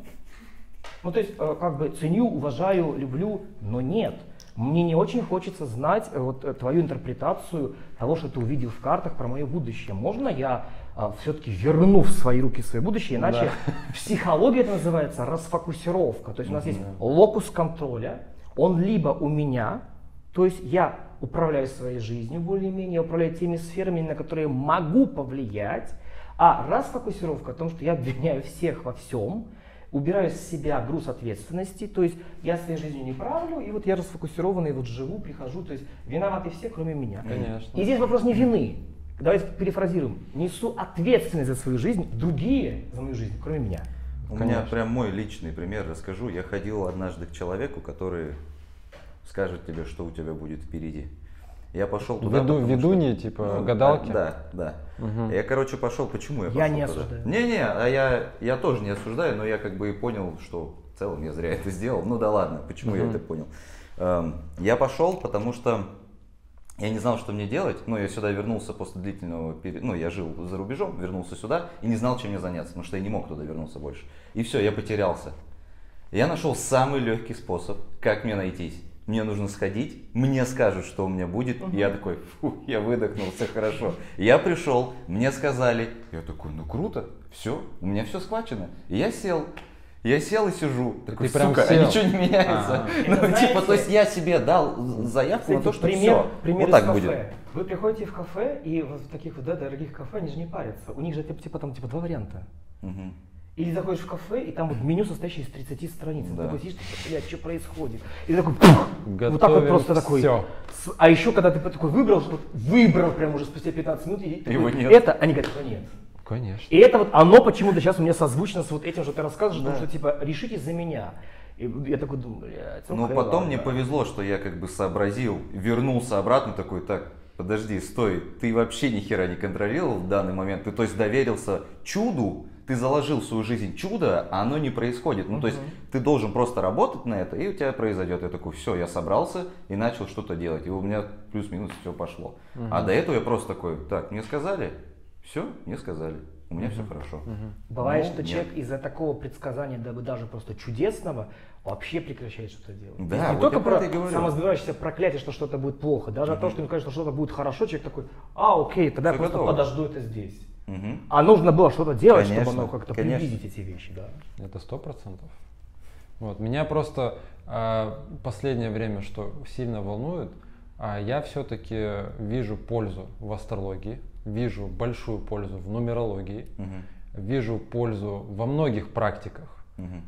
Ну, то есть, как бы ценю, уважаю, люблю, но нет. Мне не очень хочется знать вот твою интерпретацию того, что ты увидел в картах про мое будущее. Можно я все-таки верну в свои руки свое будущее? Иначе психология это называется расфокусировка. То есть у нас есть локус контроля, он либо у меня, то есть я управляю своей жизнью более-менее, управляю теми сферами, на которые могу повлиять, а расфокусировка о том, что я обвиняю всех во всем, убираю с себя груз ответственности, то есть я своей жизнью не правлю, и вот я расфокусированный вот живу, прихожу, то есть виноваты все, кроме меня. Конечно. И здесь вопрос не вины. Давайте перефразируем. Несу ответственность за свою жизнь, другие за мою жизнь, кроме меня. У меня прям мой личный пример расскажу. Я ходил однажды к человеку, который скажет тебе, что у тебя будет впереди. Я пошел туда. Ведуньи, типа гадалки? Да. Я, короче, пошел. Почему я пошел Я не туда? осуждаю. Не, я тоже не осуждаю, но я как бы и понял, что в целом я зря это сделал. Ну да ладно, почему я это понял. Я пошел, потому что Я не знал, что мне делать, но я сюда вернулся после длительного я жил за рубежом, вернулся сюда и не знал, чем мне заняться, потому что я не мог туда вернуться больше. И все, я потерялся. Я нашел самый легкий способ, как мне найтись. Мне нужно сходить, мне скажут, что у меня будет, и я такой, я выдохнул, все хорошо. Я пришел, мне сказали, я такой, ну круто, все, у меня все схвачено. И я сел и сижу, такой, сука, а ничего не меняется. То есть я себе дал заявку на то, что все, вот так будет. Вы приходите в кафе, и в таких дорогих кафе они же не парятся. У них же там два варианта. Или заходишь в кафе, и там вот меню, состоящее из 30 страниц. Ты такой сидишь, блядь, что происходит? И ты такой, вот так вот просто такой. А еще, когда ты такой выбрал прям уже спустя 15 минут, и его нет. Это, они говорят, что нет. Конечно. И это вот, оно почему-то сейчас у меня созвучно с вот этим, что ты рассказываешь, потому что типа, решите за меня. И я такой думаю, блядь. Но потом мне повезло, что я как бы сообразил, вернулся обратно, такой, так, подожди, стой, ты вообще ни хера не контролировал в данный момент, ты то есть доверился чуду, ты заложил в свою жизнь чудо, а оно не происходит. Ну, то есть ты должен просто работать на это, и у тебя произойдет. Я такой, все, я собрался и начал что-то делать. И у меня плюс-минус все пошло. А до этого я просто такой, так, мне сказали, все, мне сказали. У меня все хорошо. Бывает, что человек из-за такого предсказания, даже просто чудесного, вообще прекращает что-то делать. Да, не вот только про говорю. Самосбивающееся проклятие, что что-то будет плохо, даже о том, что ему кажется, что что-то будет хорошо, человек такой, окей, тогда я просто подожду это здесь. А нужно было что-то делать, Конечно, чтобы оно как-то предвидеть эти вещи, да. Это 100%. Вот. Меня просто последнее время, что сильно волнует, я все-таки вижу пользу в астрологии, вижу большую пользу в нумерологии, вижу пользу во многих практиках.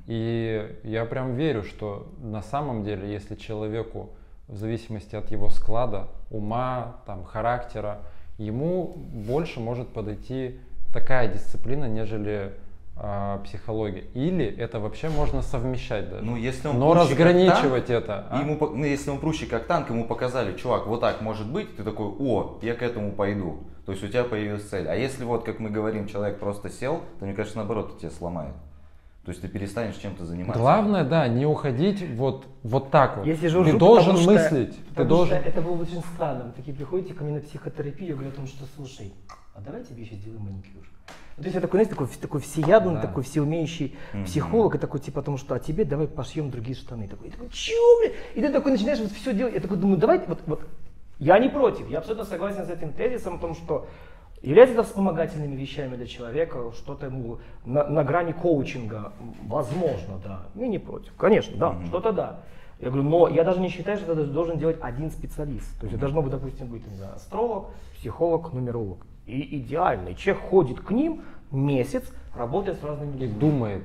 И я прям верю, что на самом деле, если человеку, в зависимости от его склада, ума, там, характера, ему больше может подойти такая дисциплина, нежели психология. Или это вообще можно совмещать даже. Ну, если он но разграничивать это. Если он прущий как танк, ему показали, чувак, вот так может быть, ты такой, о, я к этому пойду. То есть у тебя появилась цель. А если вот, как мы говорим, человек просто сел, то мне кажется, наоборот, это тебя сломает. То есть ты перестанешь чем-то заниматься. Главное, да, не уходить вот так вот. Если же ты должен мыслить. Ты должен... Это было очень странно. Вы такие приходите ко мне на психотерапию, я говорю о том, что слушай, а давай тебе еще сделаем маникюр. То есть я такой, знаете, такой всеядный, такой всеумеющий психолог, и такой типа о том, что а тебе давай пошьем другие штаны. Такой, чё, блядь? И ты такой начинаешь вот все делать. Я такой думаю, давайте, вот я не против, я абсолютно согласен с этим тезисом о том, что является это вспомогательными вещами для человека, что-то ему на грани коучинга, возможно, да. Я не против, конечно, да, что-то да. Я говорю, но я даже не считаю, что это должен делать один специалист. То есть должно быть, допустим, быть астролог, психолог, нумеролог. И идеальный человек ходит к ним месяц, работает с разными людьми. И думает,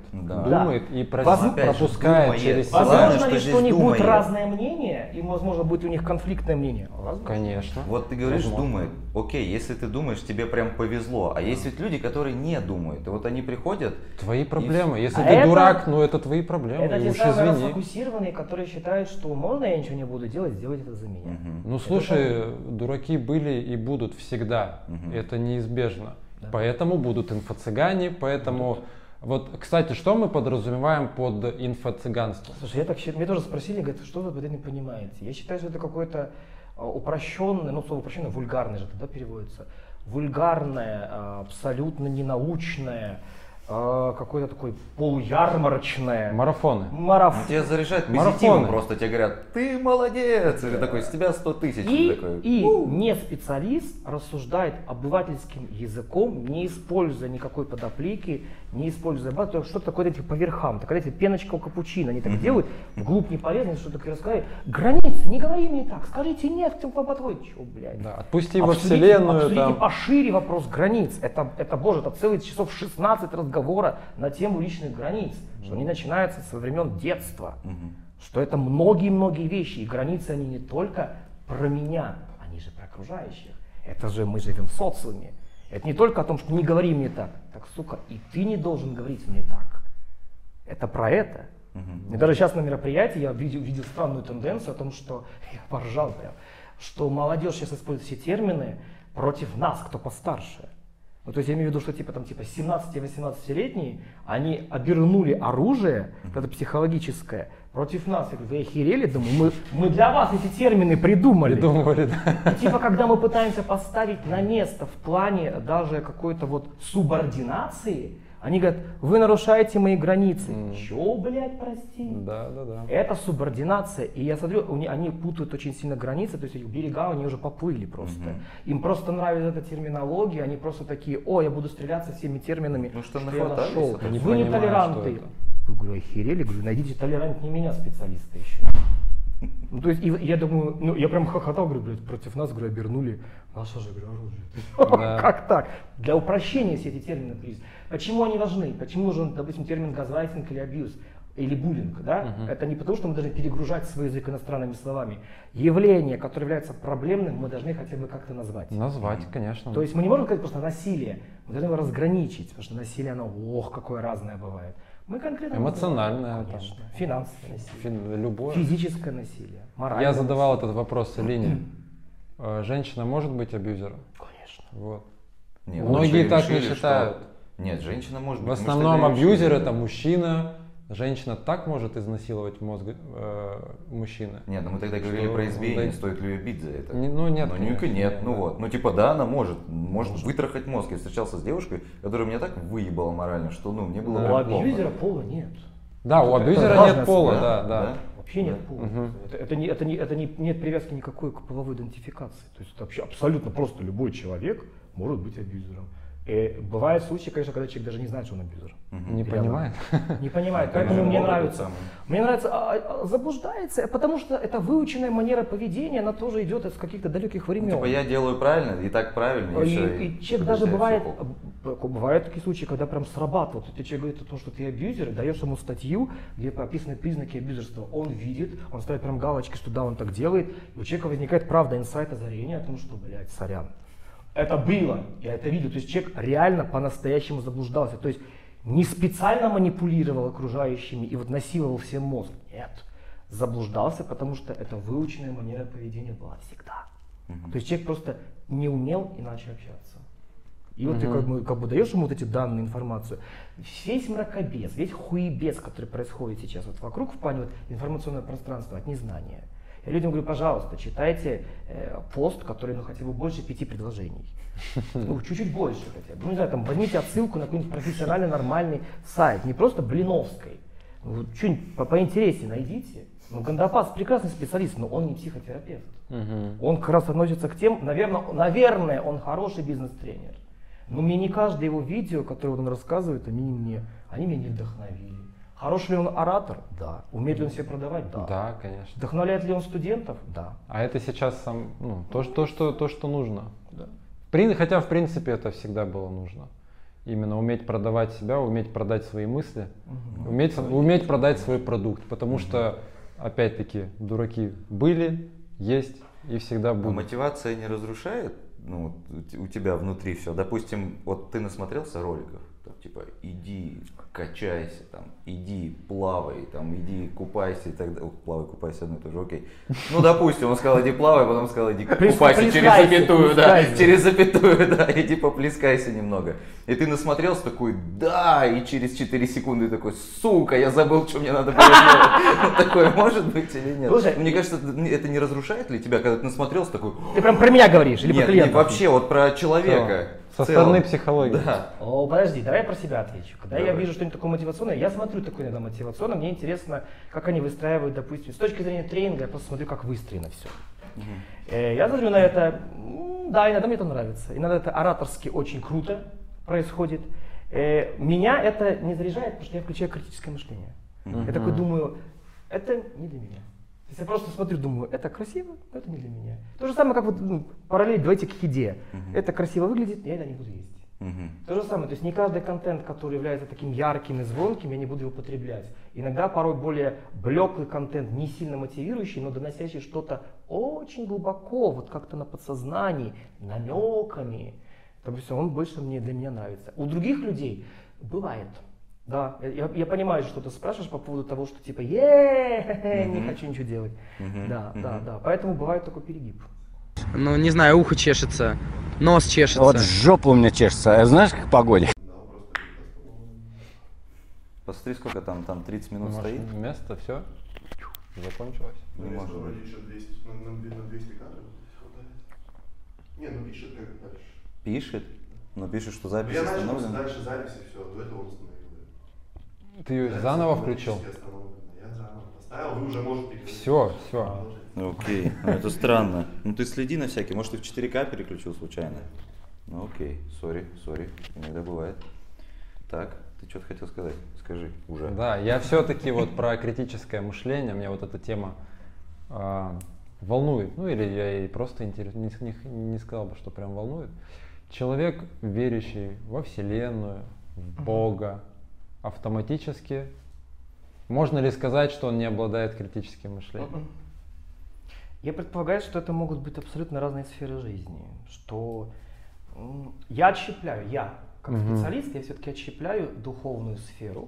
и пропускает через себя. Возможно ли, что у них будет разное мнение, и возможно будет у них конфликтное мнение? Возможно. Конечно. Вот ты говоришь, думает. Окей, если ты думаешь, тебе прям повезло. А есть ведь люди, которые не думают. И вот они приходят. Твои проблемы. Если ты дурак, ну это твои проблемы. Это и те уж самые извини. расфокусированные, которые считают, что можно я ничего не буду делать, сделать это за меня. Ну слушай, дураки были и будут всегда. Это неизбежно. Да. Поэтому будут инфо-цыгане, поэтому... Вот, кстати, что мы подразумеваем под инфо-цыганством? Слушай, мне тоже спросили, говорят, что вы под этим понимаете? Я считаю, что это какой-то упрощенный, ну слово упрощенное, вульгарный же тогда переводится, вульгарное, абсолютно ненаучное, какое-то такое полуярмарочное. Марафоны. Тебя заряжают позитивом, просто тебе говорят, ты молодец, или такой, с тебя 100 тысяч. И не специалист рассуждает обывательским языком, не используя никакой подоплеки, не используя что-то такое по верхам. Так, знаете, пеночка у капучино, они так делают, вглубь не полезно, что-то такое рассказать. Границы, не говори мне так, скажите нет, кто подходит. Чё, блядь? Да, отпусти во вселенную. Обсудите пошире вопрос границ. Это, боже, это целых часов 16 разговора на тему личных границ, что они начинаются со времен детства, что это многие-многие вещи, и границы они не только про меня, они же про окружающих. Это же мы живем в социуме. Это не только о том, что не говори мне так, сука, и ты не должен говорить мне так. Это про это. И даже сейчас на мероприятии я видел странную тенденцию о том, что, я поржал прям, что молодежь сейчас использует все термины против нас, кто постарше. Ну, то есть я имею в виду, что типа 17-18-летние, они обернули оружие, это психологическое, против нас. Я говорю, вы охерели? Думаю, мы для вас эти термины придумали. Придумывали, да. И типа, когда мы пытаемся поставить на место в плане даже какой-то вот субординации, они говорят, вы нарушаете мои границы. Чё, блядь, прости? Да. Это субординация. И я смотрю, они путают очень сильно границы, то есть берега у них уже поплыли просто. Им просто нравится эта терминология, они просто такие, о, я буду стреляться всеми терминами, Ну, что я нашел. Они Вы не понимают, толеранты. что это. Я говорю, охерели? Говорю, найдите толерантнее меня специалиста еще. Ну, то есть, и я думаю, ну, я прям хохотал, говорю, блядь, против нас, говорю, обернули наше же, говорю, оружие. Как так? Для упрощения все эти термины признаны. Почему они важны? Почему нужен, допустим, термин газлайтинг или абьюз? Или буллинг, да? Это не потому, что мы должны перегружать свой язык иностранными словами. Явление, которое является проблемным, мы должны хотя бы как-то назвать. Назвать, конечно. То есть мы не можем сказать просто насилие, мы должны его разграничить, потому что насилие, оно, какое разное бывает. Мы конкретно эмоциональное, конечно, финансовое насилие, любое. физическое насилие, моральное. Я задавал этот вопрос Алине. Женщина может быть абьюзером? Конечно. Вот. Нет, Многие лучше так не решили, считают. что- Нет, женщина может В быть. Мы основном что-то абьюзер решили. это мужчина. Женщина так может изнасиловать мозг мужчины. Нет, ну мы тогда говорили Что про избиение, он- стоит ли ее бить за это? Ну нет, Ну, конечно, нет, ну да. вот. Ну типа да, она может вытрахать мозг. Я встречался с девушкой, которая меня так выебала морально, что ну мне было Да. У прям плохо. абьюзера пола нет. Да, у Это абьюзера важно нет пола, сказать, да. Вообще нет пола. Нет привязки никакой к половой идентификации. То есть это вообще абсолютно просто любой человек может быть абьюзером. И бывают случаи, конечно, когда человек даже не знает, что он абьюзер. Не понимает. Не понимает, Это поэтому же мне опыт нравится. самый. Мне нравится, заблуждается, потому что это выученная манера поведения, она тоже идет из каких-то далеких Ну, времен. типа я делаю правильно, и так правильно, и все. И человек даже бывают такие случаи, когда прям срабатывает. Ты человек говорит о том, что ты абьюзер, и даешь ему статью, где описаны признаки абьюзерства. Он видит, он ставит прям галочки, что да, он так делает, и у человека возникает правда, инсайт, озарение о том, что, блядь, сорян. Это было, я это видел. То есть человек реально по-настоящему заблуждался. То есть не специально манипулировал окружающими и вот насиловал всем мозг. Нет. Заблуждался, потому что это выученная манера поведения была всегда. То есть человек просто не умел иначе общаться. И вот ты как бы даешь ему вот эти данные, информацию. Весь мракобес, весь хуебес, который происходит сейчас вот вокруг в плане вот информационного пространства от незнания. Я людям говорю, пожалуйста, читайте пост, который, ну, хотя бы больше 5 предложений. Ну, чуть-чуть больше хотя бы. Ну, не знаю, там, возьмите отсылку на какой-нибудь профессиональный нормальный сайт, не просто Блиновской. Ну, что-нибудь поинтереснее найдите. Ну, Гандапас прекрасный специалист, но он не психотерапевт. Он как раз относится к тем, наверное, он хороший бизнес-тренер. Но мне не каждое его видео, которое он рассказывает, они меня не вдохновили. Хороший ли он оратор? Да. Умеет ли он себя продавать? Да. Да, конечно. Вдохновляет ли он студентов? Да. А это сейчас то, что нужно. Да. Хотя, в принципе, это всегда было нужно. Именно уметь продавать себя, уметь продать свои мысли, уметь продать свой продукт. Потому что, опять-таки, дураки были, есть и всегда А будут. мотивация не разрушает, ну, у тебя внутри все? Допустим, вот ты насмотрелся роликов, там, типа, иди качайся, там, иди плавай, там, иди купайся и так далее. Плавай, купайся, одно и то же, окей. Ну, допустим, он сказал, иди плавай, потом сказал, иди купайся через запятую, да, через запятую, да, иди поплескайся немного. И ты насмотрелся такой, да, и через 4 секунды такой, сука, я забыл, что мне надо было делать. Такое может быть или нет? Слушай, Мне кажется, это не разрушает ли тебя, когда ты насмотрелся такой... Ты прям про меня говоришь или про Нет, клиента? вообще вот про человека. Со в целом. стороны психологии. Да. О, подожди, давай я про себя отвечу. Когда я Давай. вижу что-нибудь такое мотивационное, я смотрю такое иногда мотивационное, мне интересно, как они выстраивают, допустим, с точки зрения тренинга, я просто смотрю, как выстроено все. Я смотрю на это, да, иногда мне это нравится, иногда это ораторски очень круто происходит. Меня это не заряжает, потому что я включаю критическое мышление. Я такой думаю, это не для меня. То есть я просто смотрю, думаю, это красиво, но это не для меня. То же самое, как вот параллель, давайте к еде. Это красиво выглядит, я это не буду есть. То же самое, то есть не каждый контент, который является таким ярким и звонким, я не буду его потреблять. Иногда порой более блеклый контент, не сильно мотивирующий, но доносящий что-то очень глубоко, вот как-то на подсознании, намеками. Допустим, он больше для меня нравится. У других людей бывает. Да, я понимаю, что ты спрашиваешь по поводу того, что типа не хочу ничего делать. Да. Поэтому бывает такой перегиб. ну не знаю, ухо чешется, нос чешется. Вот жопа у меня чешется. Знаешь, как в погоде? Посмотри, сколько там 30 минут стоит. Место, все, закончилось. Не может быть. Еще 200, на 200 кадров хватает. Не, ну пишет как дальше. Пишет? Но пишет, что запись Я начал остановлена. дальше записи, все, до этого он остановил. Ты ее заново включил? Я заново поставил, вы уже можете переключить. Все. Окей, ну это странно. Ну ты следи на всякий, может ты в 4К переключил случайно? Ну окей, сори, иногда бывает. Так, ты что-то хотел сказать? Скажи уже. Да, я все-таки вот про критическое мышление, меня вот эта тема волнует. Ну или я и просто не сказал бы, что прям волнует. Человек, верящий во Вселенную, в Бога, автоматически, можно ли сказать, что он не обладает критическим мышлением? Я предполагаю, что это могут быть абсолютно разные сферы жизни. Что я отщепляю, как специалист, я все-таки отщепляю духовную сферу.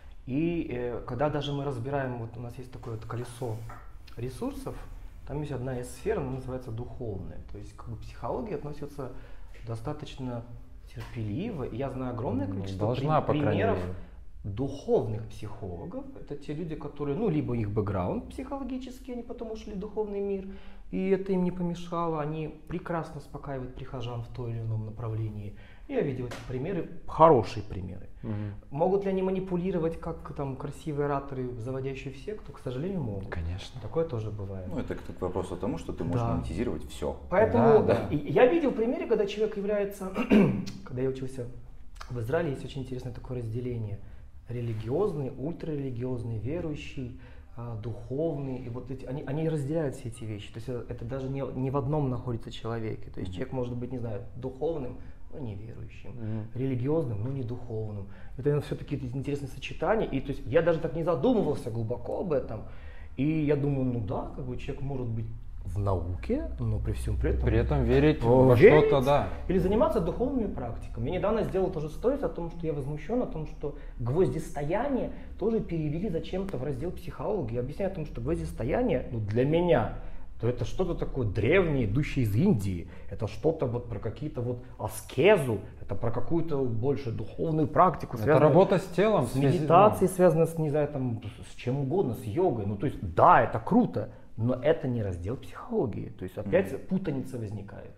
И когда даже мы разбираем, вот у нас есть такое вот колесо ресурсов, там есть одна из сфер, она называется духовная. То есть как бы психология относится достаточно терпеливо. И я знаю огромное количество примеров духовных психологов. Это те люди, которые, ну, либо их бэкграунд психологический, они потом ушли в духовный мир, и это им не помешало. Они прекрасно успокаивают прихожан в том или ином направлении. Я видел эти примеры, хорошие примеры. Могут ли они манипулировать, как там красивые ораторы, заводящие в секту? К сожалению, могут. Конечно. Такое тоже бывает. Ну это к вопросу о том, что ты можешь монетизировать все. Поэтому я видел примеры, когда человек является, когда я учился в Израиле, есть очень интересное такое разделение. Религиозный, ультрарелигиозный, верующий, духовный. И вот они разделяют все эти вещи. То есть это даже не в одном находится человеке. То есть человек может быть, не знаю, духовным, но не верующим, религиозным, но не духовным. Это все-таки интересные сочетания. И то есть я даже так не задумывался глубоко об этом. И я думаю, ну да, как бы человек может быть в науке, но при всем при этом верить во что-то, да. Или заниматься духовными практиками. Я недавно сделал тоже сторис о том, что я возмущен, о том, что гвоздистояние тоже перевели зачем-то в раздел психологии. Я объясняю о том, что гвоздистояние, ну, для меня, то это что-то такое древнее, идущее из Индии. Это что-то вот про какие-то вот аскезу, это про какую-то больше духовную практику. Это работа с телом. С медитацией, связанная с, не знаю, там, с чем угодно, с йогой. Ну, то есть, да, это круто. Но это не раздел психологии. То есть опять путаница возникает.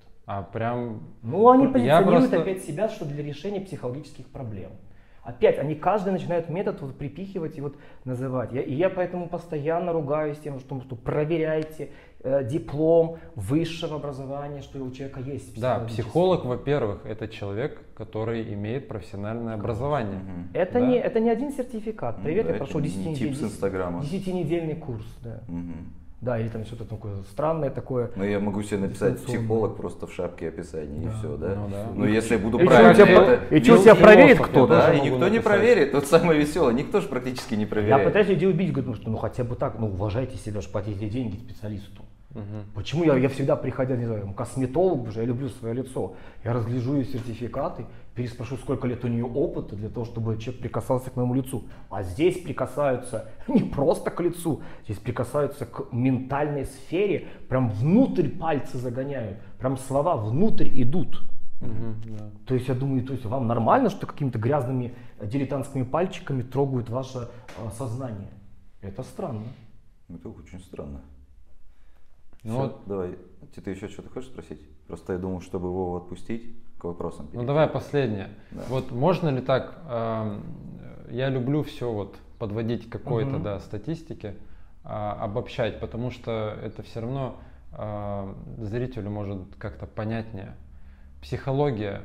Ну, они позиционируют опять себя, что для решения психологических проблем. Опять, они каждый начинают метод вот припихивать и вот называть. Я поэтому постоянно ругаюсь тем, что проверяйте диплом высшего образования, что у человека есть. Да, психолог, во-первых, это человек, который имеет профессиональное образование. Это не один сертификат. Привет, я прошел 10-недельный курс. Да. Да, или там что-то такое странное такое. Но я могу себе написать психолог просто в шапке описания, и все, да? Ну, да. Но если я буду правильно это... И что тебя проверит кто-то? Да, и никто не проверит. Вот самое веселое, никто же практически не проверяет. Я пытаюсь людей убить, говорю, что ну хотя бы так, ну уважайте себя, что платите деньги специалисту. Почему я всегда, приходя, не знаю, косметолог уже, я люблю свое лицо, я разгляжу ее сертификаты, переспрошу, сколько лет у нее опыта, для того, чтобы человек прикасался к моему лицу. А здесь прикасаются не просто к лицу, здесь прикасаются к ментальной сфере, прям внутрь пальцы загоняют, прям слова внутрь идут. То есть я думаю, то есть вам нормально, что какими-то грязными дилетантскими пальчиками трогают ваше сознание? Это странно. Это очень странно. Ну все, вот. Давай, ты еще что-то хочешь спросить? Просто я думал, чтобы Вову отпустить, к вопросам перейти. Ну давай последнее. Да. Вот можно ли так, я люблю все вот подводить к какой-то статистике, обобщать, потому что это все равно зрителю может как-то понятнее. Психология,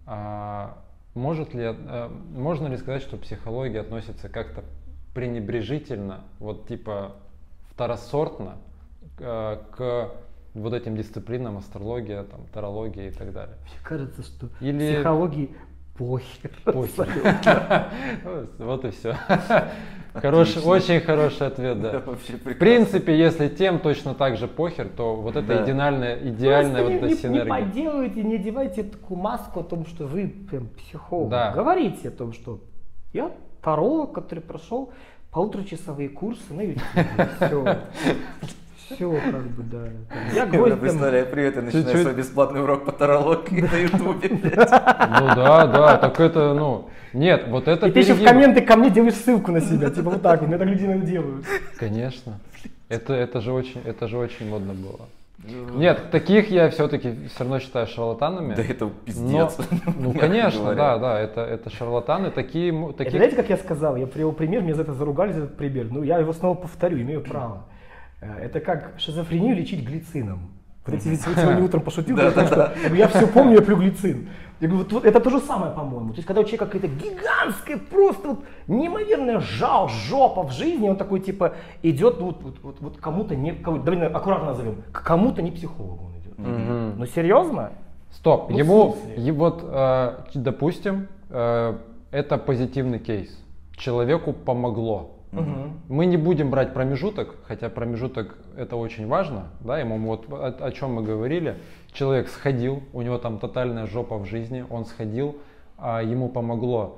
можно ли сказать, что психология относится как-то пренебрежительно, вот типа второсортно, к вот этим дисциплинам, астрология, там, тарология и так далее? Мне кажется, что психологии похер. Вот и все. Очень хороший ответ, да. В принципе, если тем точно так же похер, то вот это идеальная вот эта синергия. Не подделывайте, не одевайте такую маску о том, что вы прям психолог. Говорите о том, что я таролог, который прошел полуторачасовые курсы на YouTube. Все как бы, да. Я Я представляю, привет, и начинаю свой бесплатный урок по тарологии на ютубе, блядь. Ну да, так это, ну, нет, вот это И ты еще в перегиб. комменты ко мне делаешь ссылку на себя, типа вот так вот, мне так люди иногда делают. Конечно. Это же очень модно было. Нет, таких я все-таки все равно считаю шарлатанами. Да это пиздец. Ну конечно, да, это шарлатаны, такие. Это, знаете, как я сказал, я привел пример, мне за это заругали, за этот пример. Ну я его снова повторю, имею право. Это как шизофрению лечить глицином. Вот эти ведь сегодня утром пошутил, потому что я все помню, я пью глицин. Я говорю, вот это то же самое, по-моему. То есть, когда у человека какая-то гигантская, просто вот неимоверная жопа в жизни, он такой, типа, идет вот кому-то не, давай аккуратно назовем, к кому-то не психологу он идет. Ну серьезно? Стоп, Ну, ему, допустим, это позитивный кейс. Человеку помогло. Мы не будем брать промежуток, хотя промежуток это очень важно, да, ему вот о чем мы говорили. Человек сходил, у него там тотальная жопа в жизни, он сходил, ему помогло.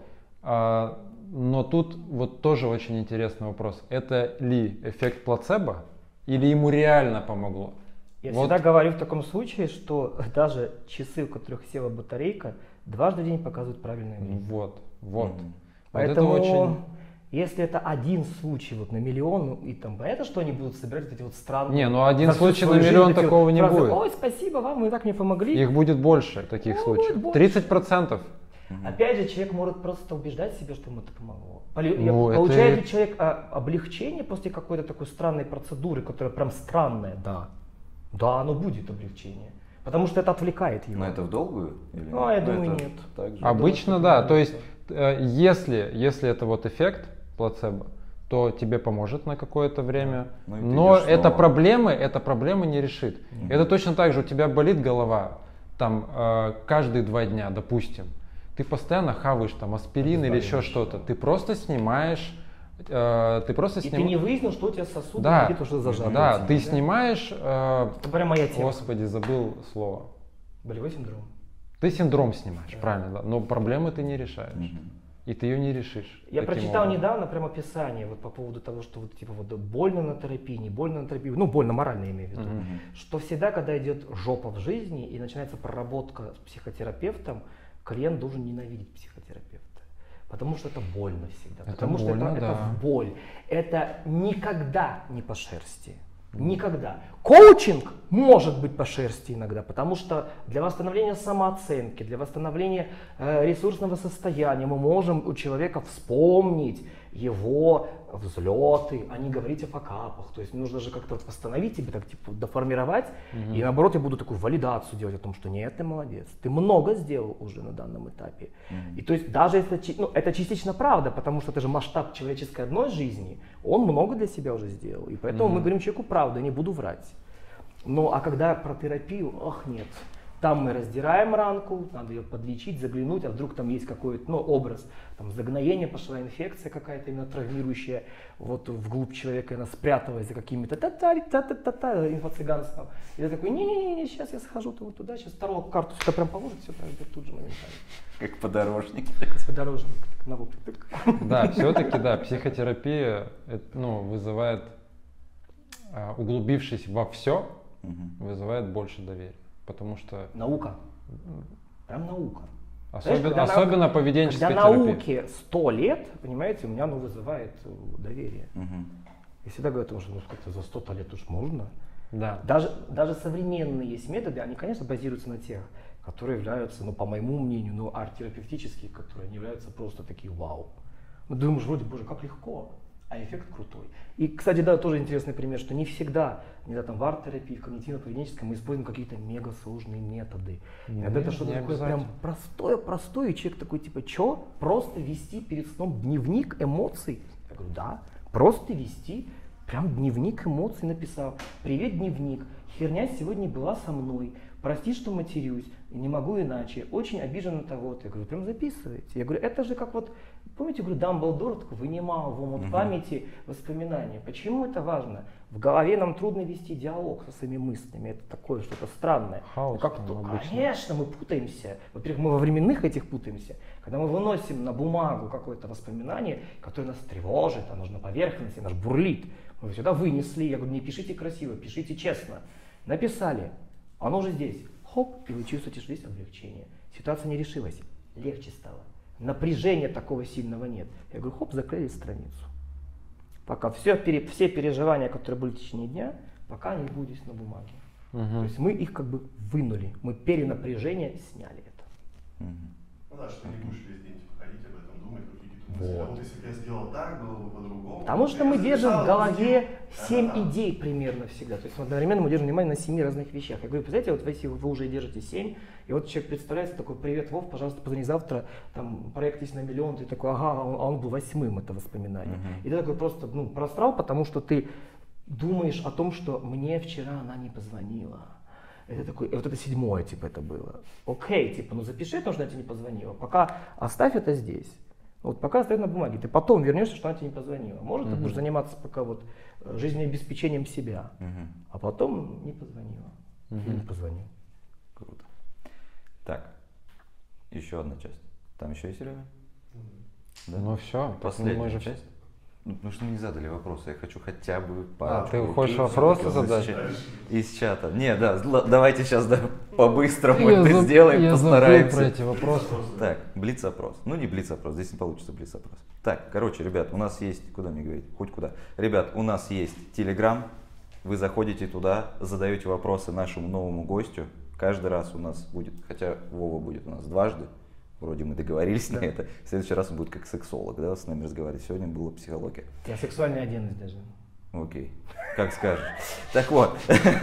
Но тут вот тоже очень интересный вопрос. Это ли эффект плацебо или ему реально помогло? Я всегда говорю в таком случае, что даже часы, у которых села батарейка, дважды в день показывают правильное время. Вот. Поэтому, вот это очень... если это один случай вот на миллион, ну, и там понятно, что они будут собирать эти вот странные... Не, ну один случай на миллион такого не будет. Ой, спасибо вам, вы так мне помогли. Их будет больше таких случаев. 30%. Опять же, человек может просто убеждать себя, что ему это помогло. Ну, Получает ли человек облегчение после какой-то такой странной процедуры, которая прям странная? Да. Да, оно будет облегчение. Потому что это отвлекает его. Но это в долгую? Или я думаю, нет. Обычно да. То есть, если это вот эффект плацебо, то тебе поможет на какое-то время. Но это проблемы не решит. Это точно так же, у тебя болит голова там каждые 2 дня, допустим. Ты постоянно хаваешь там аспирин или еще что-то. Ты просто снимаешь. И ты не выяснил, что у тебя сосуды где-то уже зажаты. Да, ты снимаешь. Это прям моя тема. Господи, забыл слово. Болевой синдром. Ты синдром снимаешь, правильно, да. Но проблемы ты не решаешь. И ты ее не решишь. Я прочитал недавно прям описание вот по поводу того, что вот типа вот больно на терапии, не больно на терапии, ну больно морально имею в виду, что всегда, когда идет жопа в жизни и начинается проработка с психотерапевтом, клиент должен ненавидеть психотерапевта. Потому что это больно всегда. Потому что это боль. Это никогда не по шерсти. Никогда. Коучинг может быть по шерсти иногда, потому что для восстановления самооценки, для восстановления ресурсного состояния мы можем у человека вспомнить его взлеты, а не говорить о факапах. То есть нужно же как-то восстановить себя, так типа доформировать. И наоборот я буду такую валидацию делать о том, что нет, ты молодец, ты много сделал уже на данном этапе. И то есть даже если это частично правда, потому что это же масштаб человеческой одной жизни, он много для себя уже сделал. И поэтому мы говорим человеку правду, я не буду врать. Ну а когда про терапию, нет. Там мы раздираем ранку, надо ее подлечить, заглянуть, а вдруг там есть какой-то образ, там загноение, пошла инфекция какая-то именно травмирующая, вот вглубь человека она спряталась за какими-то инфо-цыганством. И я такой, не-не-не, сейчас я схожу вот туда, сейчас вторую карту сюда прям положит, все пройдет тут же моментально. Как подорожник. Подорожник, на вопль. Да, все-таки, да, психотерапия вызывает, углубившись во все, вызывает больше доверия. Потому что... Наука. Прям наука. Особенно поведенческая терапия. Когда науке 100 лет, понимаете, у меня вызывает доверие. Я всегда говорю о том, что как-то за 100 лет уж можно. Да. Даже современные есть методы, они, конечно, базируются на тех, которые являются, по моему мнению, арт-терапевтические, которые не являются просто такие вау. Думаешь, вроде, боже, как легко. А эффект крутой. И, кстати, да, тоже интересный пример, что не всегда там, в арт-терапии, в когнитивно-поведенческой мы используем какие-то мега-сложные методы. Иногда это что-то такое прям простое, и человек такой, типа, что? Просто вести перед сном дневник эмоций? Я говорю, да, просто вести прям дневник эмоций написал. Привет, дневник, херня сегодня была со мной, прости, что матерюсь, не могу иначе, очень обижен на того-то. Я говорю, прям записывайте. Я говорю, это же как вот Помните, говорю, Дамблдор вынимал в омут памяти воспоминания. Почему это важно? В голове нам трудно вести диалог со своими мыслями. Это такое что-то странное. Хаос, конечно, мы путаемся. Во-первых, мы во временных этих путаемся. Когда мы выносим на бумагу какое-то воспоминание, которое нас тревожит, оно же на поверхности, оно же бурлит. Мы сюда вынесли, я говорю, не пишите красиво, пишите честно. Написали, оно уже здесь. Хоп, и вы чувствуете, что здесь облегчение. Ситуация не решилась, легче стало. Напряжения такого сильного нет. Я говорю, хоп, закрыли страницу. Пока все переживания, которые были в течение дня, пока они будут здесь на бумаге. То есть мы их как бы вынули, мы перенапряжение сняли это. Ну да, что не будешь весь день ходить об этом, думать, какие-то мысли. А вот если бы я сделал так, было бы по-другому. Потому что мы держим в голове 7 идей примерно всегда. То есть одновременно мы держим внимание на 7 разных вещах. Я говорю, представляете, вот если вы уже держите 7, и вот человек представляется такой, привет, Вов, пожалуйста, позвони завтра, там проект есть на миллион, ты такой, ага, а он был 8-м, это воспоминание. И ты такой просто просрал, потому что ты думаешь о том, что мне вчера она не позвонила. Это такой, вот это 7-е, типа, это было. Окей, типа, запиши то, что она тебе не позвонила. Пока оставь это здесь. Вот пока оставь на бумаге. Ты потом вернешься, что она тебе не позвонила. Может, ты будешь заниматься пока вот жизнеобеспечением себя. А потом не позвонила. Или не позвонил. Круто. Так, еще одна часть. Там еще есть, Серега? Да? Ну все, последняя часть. Ну, потому что мы не задали вопросы, я хочу хотя бы пару. Ты хочешь вопросы задать? Из чата. Не, да, давайте сейчас по-быстрому это сделаем, постараемся. Про эти вопросы. Так, блиц-опрос. Ну не блиц-опрос, здесь не получится блиц-опрос. Так, короче, ребят, у нас есть, куда мне говорить, хоть куда. Ребят, у нас есть Telegram, вы заходите туда, задаете вопросы нашему новому гостю. Каждый раз у нас будет, хотя Вова будет у нас дважды. Вроде мы договорились на это. В следующий раз он будет как сексолог, да, с нами разговаривать. Сегодня была психология. Я сексуальный оденность даже. Окей, как скажешь. Так вот,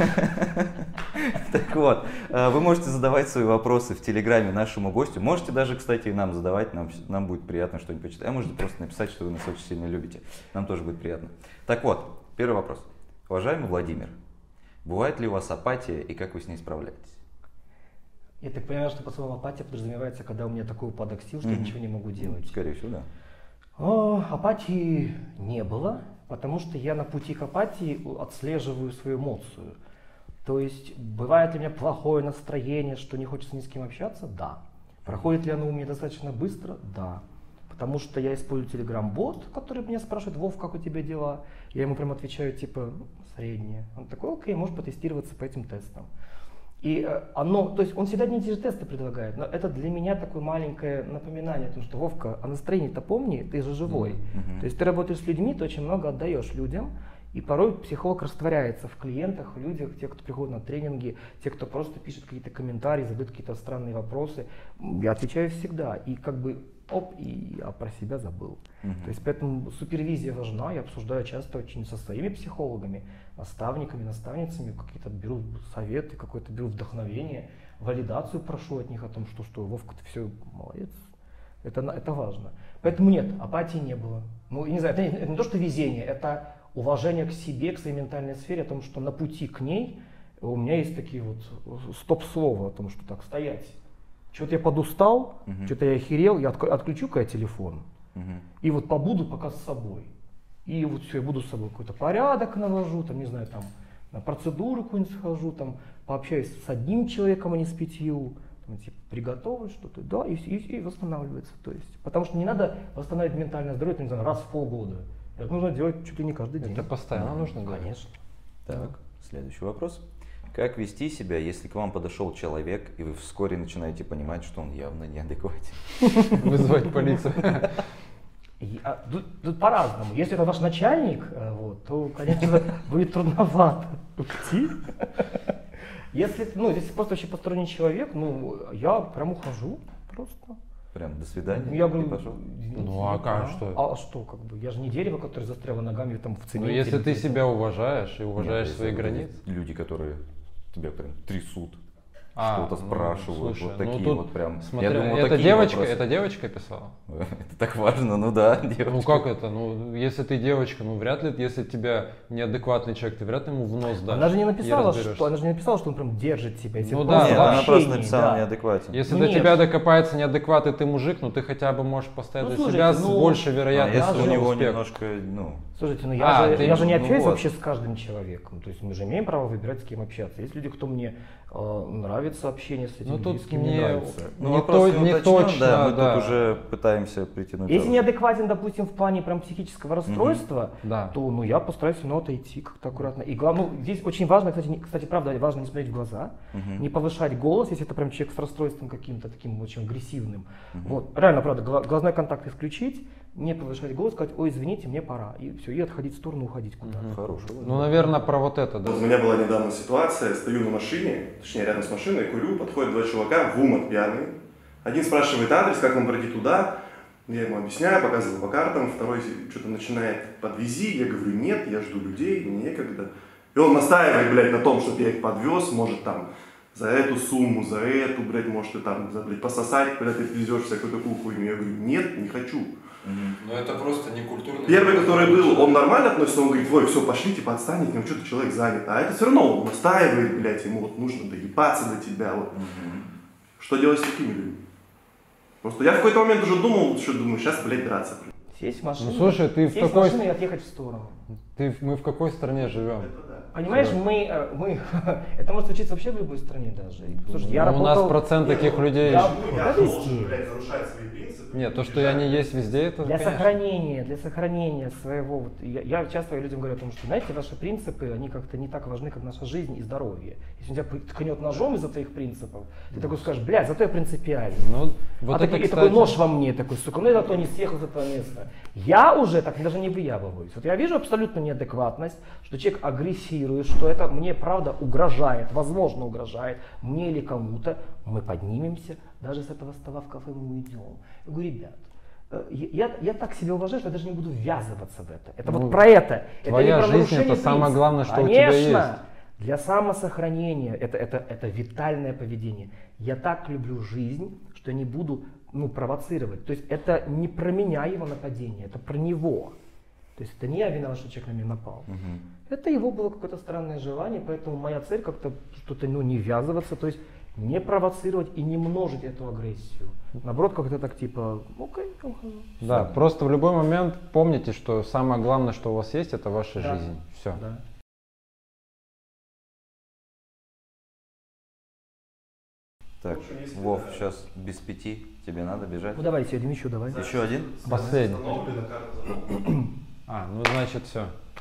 вы можете задавать свои вопросы в Телеграме нашему гостю. Можете даже, кстати, и нам задавать, нам будет приятно что-нибудь почитать. А можете просто написать, что вы нас очень сильно любите. Нам тоже будет приятно. Так вот, первый вопрос. Уважаемый Владимир, бывает ли у вас апатия и как вы с ней справляетесь? Я так понимаю, что под словом апатия подразумевается, когда у меня такой упадок сил, что я ничего не могу делать. Скорее всего, да. Апатии не было, потому что я на пути к апатии отслеживаю свою эмоцию. То есть, бывает ли у меня плохое настроение, что не хочется ни с кем общаться? Да. Проходит ли оно у меня достаточно быстро? Да. Потому что я использую Telegram-бот, который меня спрашивает, Вов, как у тебя дела? Я ему прям отвечаю, типа, среднее. Он такой, окей, можешь потестироваться по этим тестам. И то есть он всегда одни и те же тесты предлагает, но это для меня такое маленькое напоминание, потому что, Вовка, о настроении-то помни, ты же живой. То есть ты работаешь с людьми, ты очень много отдаешь людям, и порой психолог растворяется в клиентах, в людях, те, кто приходит на тренинги, те, кто просто пишет какие-то комментарии, задают какие-то странные вопросы. Я отвечаю всегда, и как бы и я про себя забыл. То есть поэтому супервизия важна, я обсуждаю часто очень со своими психологами, наставниками, наставницами, какие-то беру советы, какое-то беру вдохновение, валидацию прошу от них о том, что Вовка, ты все молодец, это важно. Поэтому нет, апатии не было. Ну, не знаю, это не то, что везение, это уважение к себе, к своей ментальной сфере, о том, что на пути к ней у меня есть такие вот стоп-слова о том, что так, стоять. Что-то я подустал, что-то я охерел, я отключу-ка телефон. И вот побуду пока с собой. И вот все, я буду с собой какой-то порядок навожу, там, не знаю, там, на процедуру какую-нибудь схожу, там, пообщаюсь с одним человеком, а не с 5, там, типа, приготовлю что-то, да, и восстанавливается. То есть, потому что не надо восстанавливать ментальное здоровье, не знаю, раз в полгода. Это нужно делать чуть ли не каждый день. Это постоянно нужно делать? Конечно. Так, следующий вопрос. Как вести себя, если к вам подошел человек, и вы вскоре начинаете понимать, что он явно неадекватен? Вызвать полицию. Тут по-разному. Если это ваш начальник, то, конечно, будет трудновато уйти. Если просто вообще посторонний человек, я прям ухожу просто. Прям до свидания? Я говорю, пошел? Ну а как, что? А что, как бы, я же не дерево, которое застряло ногами там в цементе. Ну если ты себя уважаешь и уважаешь свои границы. Люди, которые тебя прям трясут. что-то спрашивают, слушай, вот такие тут, вот прям. Смотри, Я думал, это девочка писала? Это так важно, ну да, девочка. Ну как это? Ну, если ты девочка, ну вряд ли, если тебя неадекватный человек, ты вряд ли ему в нос дашь. Она же не написала, что он прям держит тебя. Ну да, нет, она просто написала да. неадекватен. Если до тебя докопается неадекват, и ты мужик, ну ты хотя бы можешь поставить для себя с большей вероятностью если у него успеха. немножко, ну... Слушайте, ну я же не общаюсь вот. вообще с каждым человеком. То есть мы же имеем право выбирать, с кем общаться. Есть люди, кто мне нравится общение с этим, тут с кем не нравится. Ну, вопрос не точно, да, мы да. тут уже пытаемся притянуть. Если неадекватен, допустим, в плане прям психического расстройства, Да. то ну, я постараюсь все равно отойти как-то аккуратно. И главное, ну, здесь очень важно, кстати, правда, важно не смотреть в глаза, не повышать голос, если это прям человек с расстройством каким-то таким очень агрессивным. Вот. Реально, правда, глазной контакт исключить, не повышать голос, сказать, ой, извините, мне пора. И все, и отходить в сторону, уходить куда-то. Хороший. Ну, наверное, про вот это, да. Вот у меня была недавно ситуация, стою на машине, точнее рядом с машиной, курю, подходят два чувака, в умот пьяные. Один спрашивает адрес, как нам пройти туда, я ему объясняю, показываю по картам, второй что-то начинает подвези, я говорю нет, я жду людей, мне некогда. И он настаивает, блядь, на том, чтобы я их подвез, может там за эту сумму, за эту, блядь, может ты там, блядь, пососать, когда ты везешь всякую такую хуйню. Я говорю, нет, не хочу. Но это просто не культурно. Первый, который был, он нормально относится, он говорит, ой, все, пошли, типа, отстань, от него что-то человек занят. А это все равно он настаивает, блядь, ему вот нужно доебаться до тебя. Вот. Что делать с такими людьми? Просто я в какой-то момент уже думал, что думаю, сейчас, блядь, драться. Сесть в машину, Ну, слушай, ты в сесть в такой... машину и отъехать в сторону. Мы в какой стране живем? Понимаешь, мы это может случиться вообще в любой стране даже. Слушай, я Ну, у нас работал... процент таких людей... Я Я должен, должен, блядь, нарушать свои принципы. Нет, то, что они есть везде, это Для конечно. сохранения своего, вот, я часто людям говорю о том, что, знаете, ваши принципы, они как-то не так важны, как наша жизнь и здоровье. Если он тебя ткнет ножом из-за твоих принципов, ты такой скажешь, блядь, зато я принципиальный. Ну, вот это, и кстати... такой нож во мне, такой, сука, ну я зато не съехал с этого места. Я уже так даже не выябываюсь. Вот я вижу абсолютную неадекватность, что человек агрессирует, что это мне правда угрожает, возможно угрожает, мне или кому-то, мы поднимемся, даже с этого стола в кафе мы уйдем. Я говорю, ребят, я так себя уважаю, что я даже не буду ввязываться в это. Это вот про это. Твоя это не про жизнь это принципа. самое главное, что Конечно, у тебя есть. Для самосохранения, это витальное поведение. Я так люблю жизнь, что я не буду провоцировать. То есть это не про меня его нападение, это про него. То есть это не я виноват, что человек на меня напал. Это его было какое-то странное желание, поэтому моя цель как-то что-то не ввязываться, то есть не провоцировать и не множить эту агрессию. Наоборот, как-то так типа, окей, ухожу. Да, просто в любой момент помните, что самое главное, что у вас есть, это ваша Да. жизнь. Все. Да. Так, Вов, сейчас без 5, тебе надо бежать. Ну давайте, один еще давай. Еще один? Последний. Остановлена карта. Ну значит все.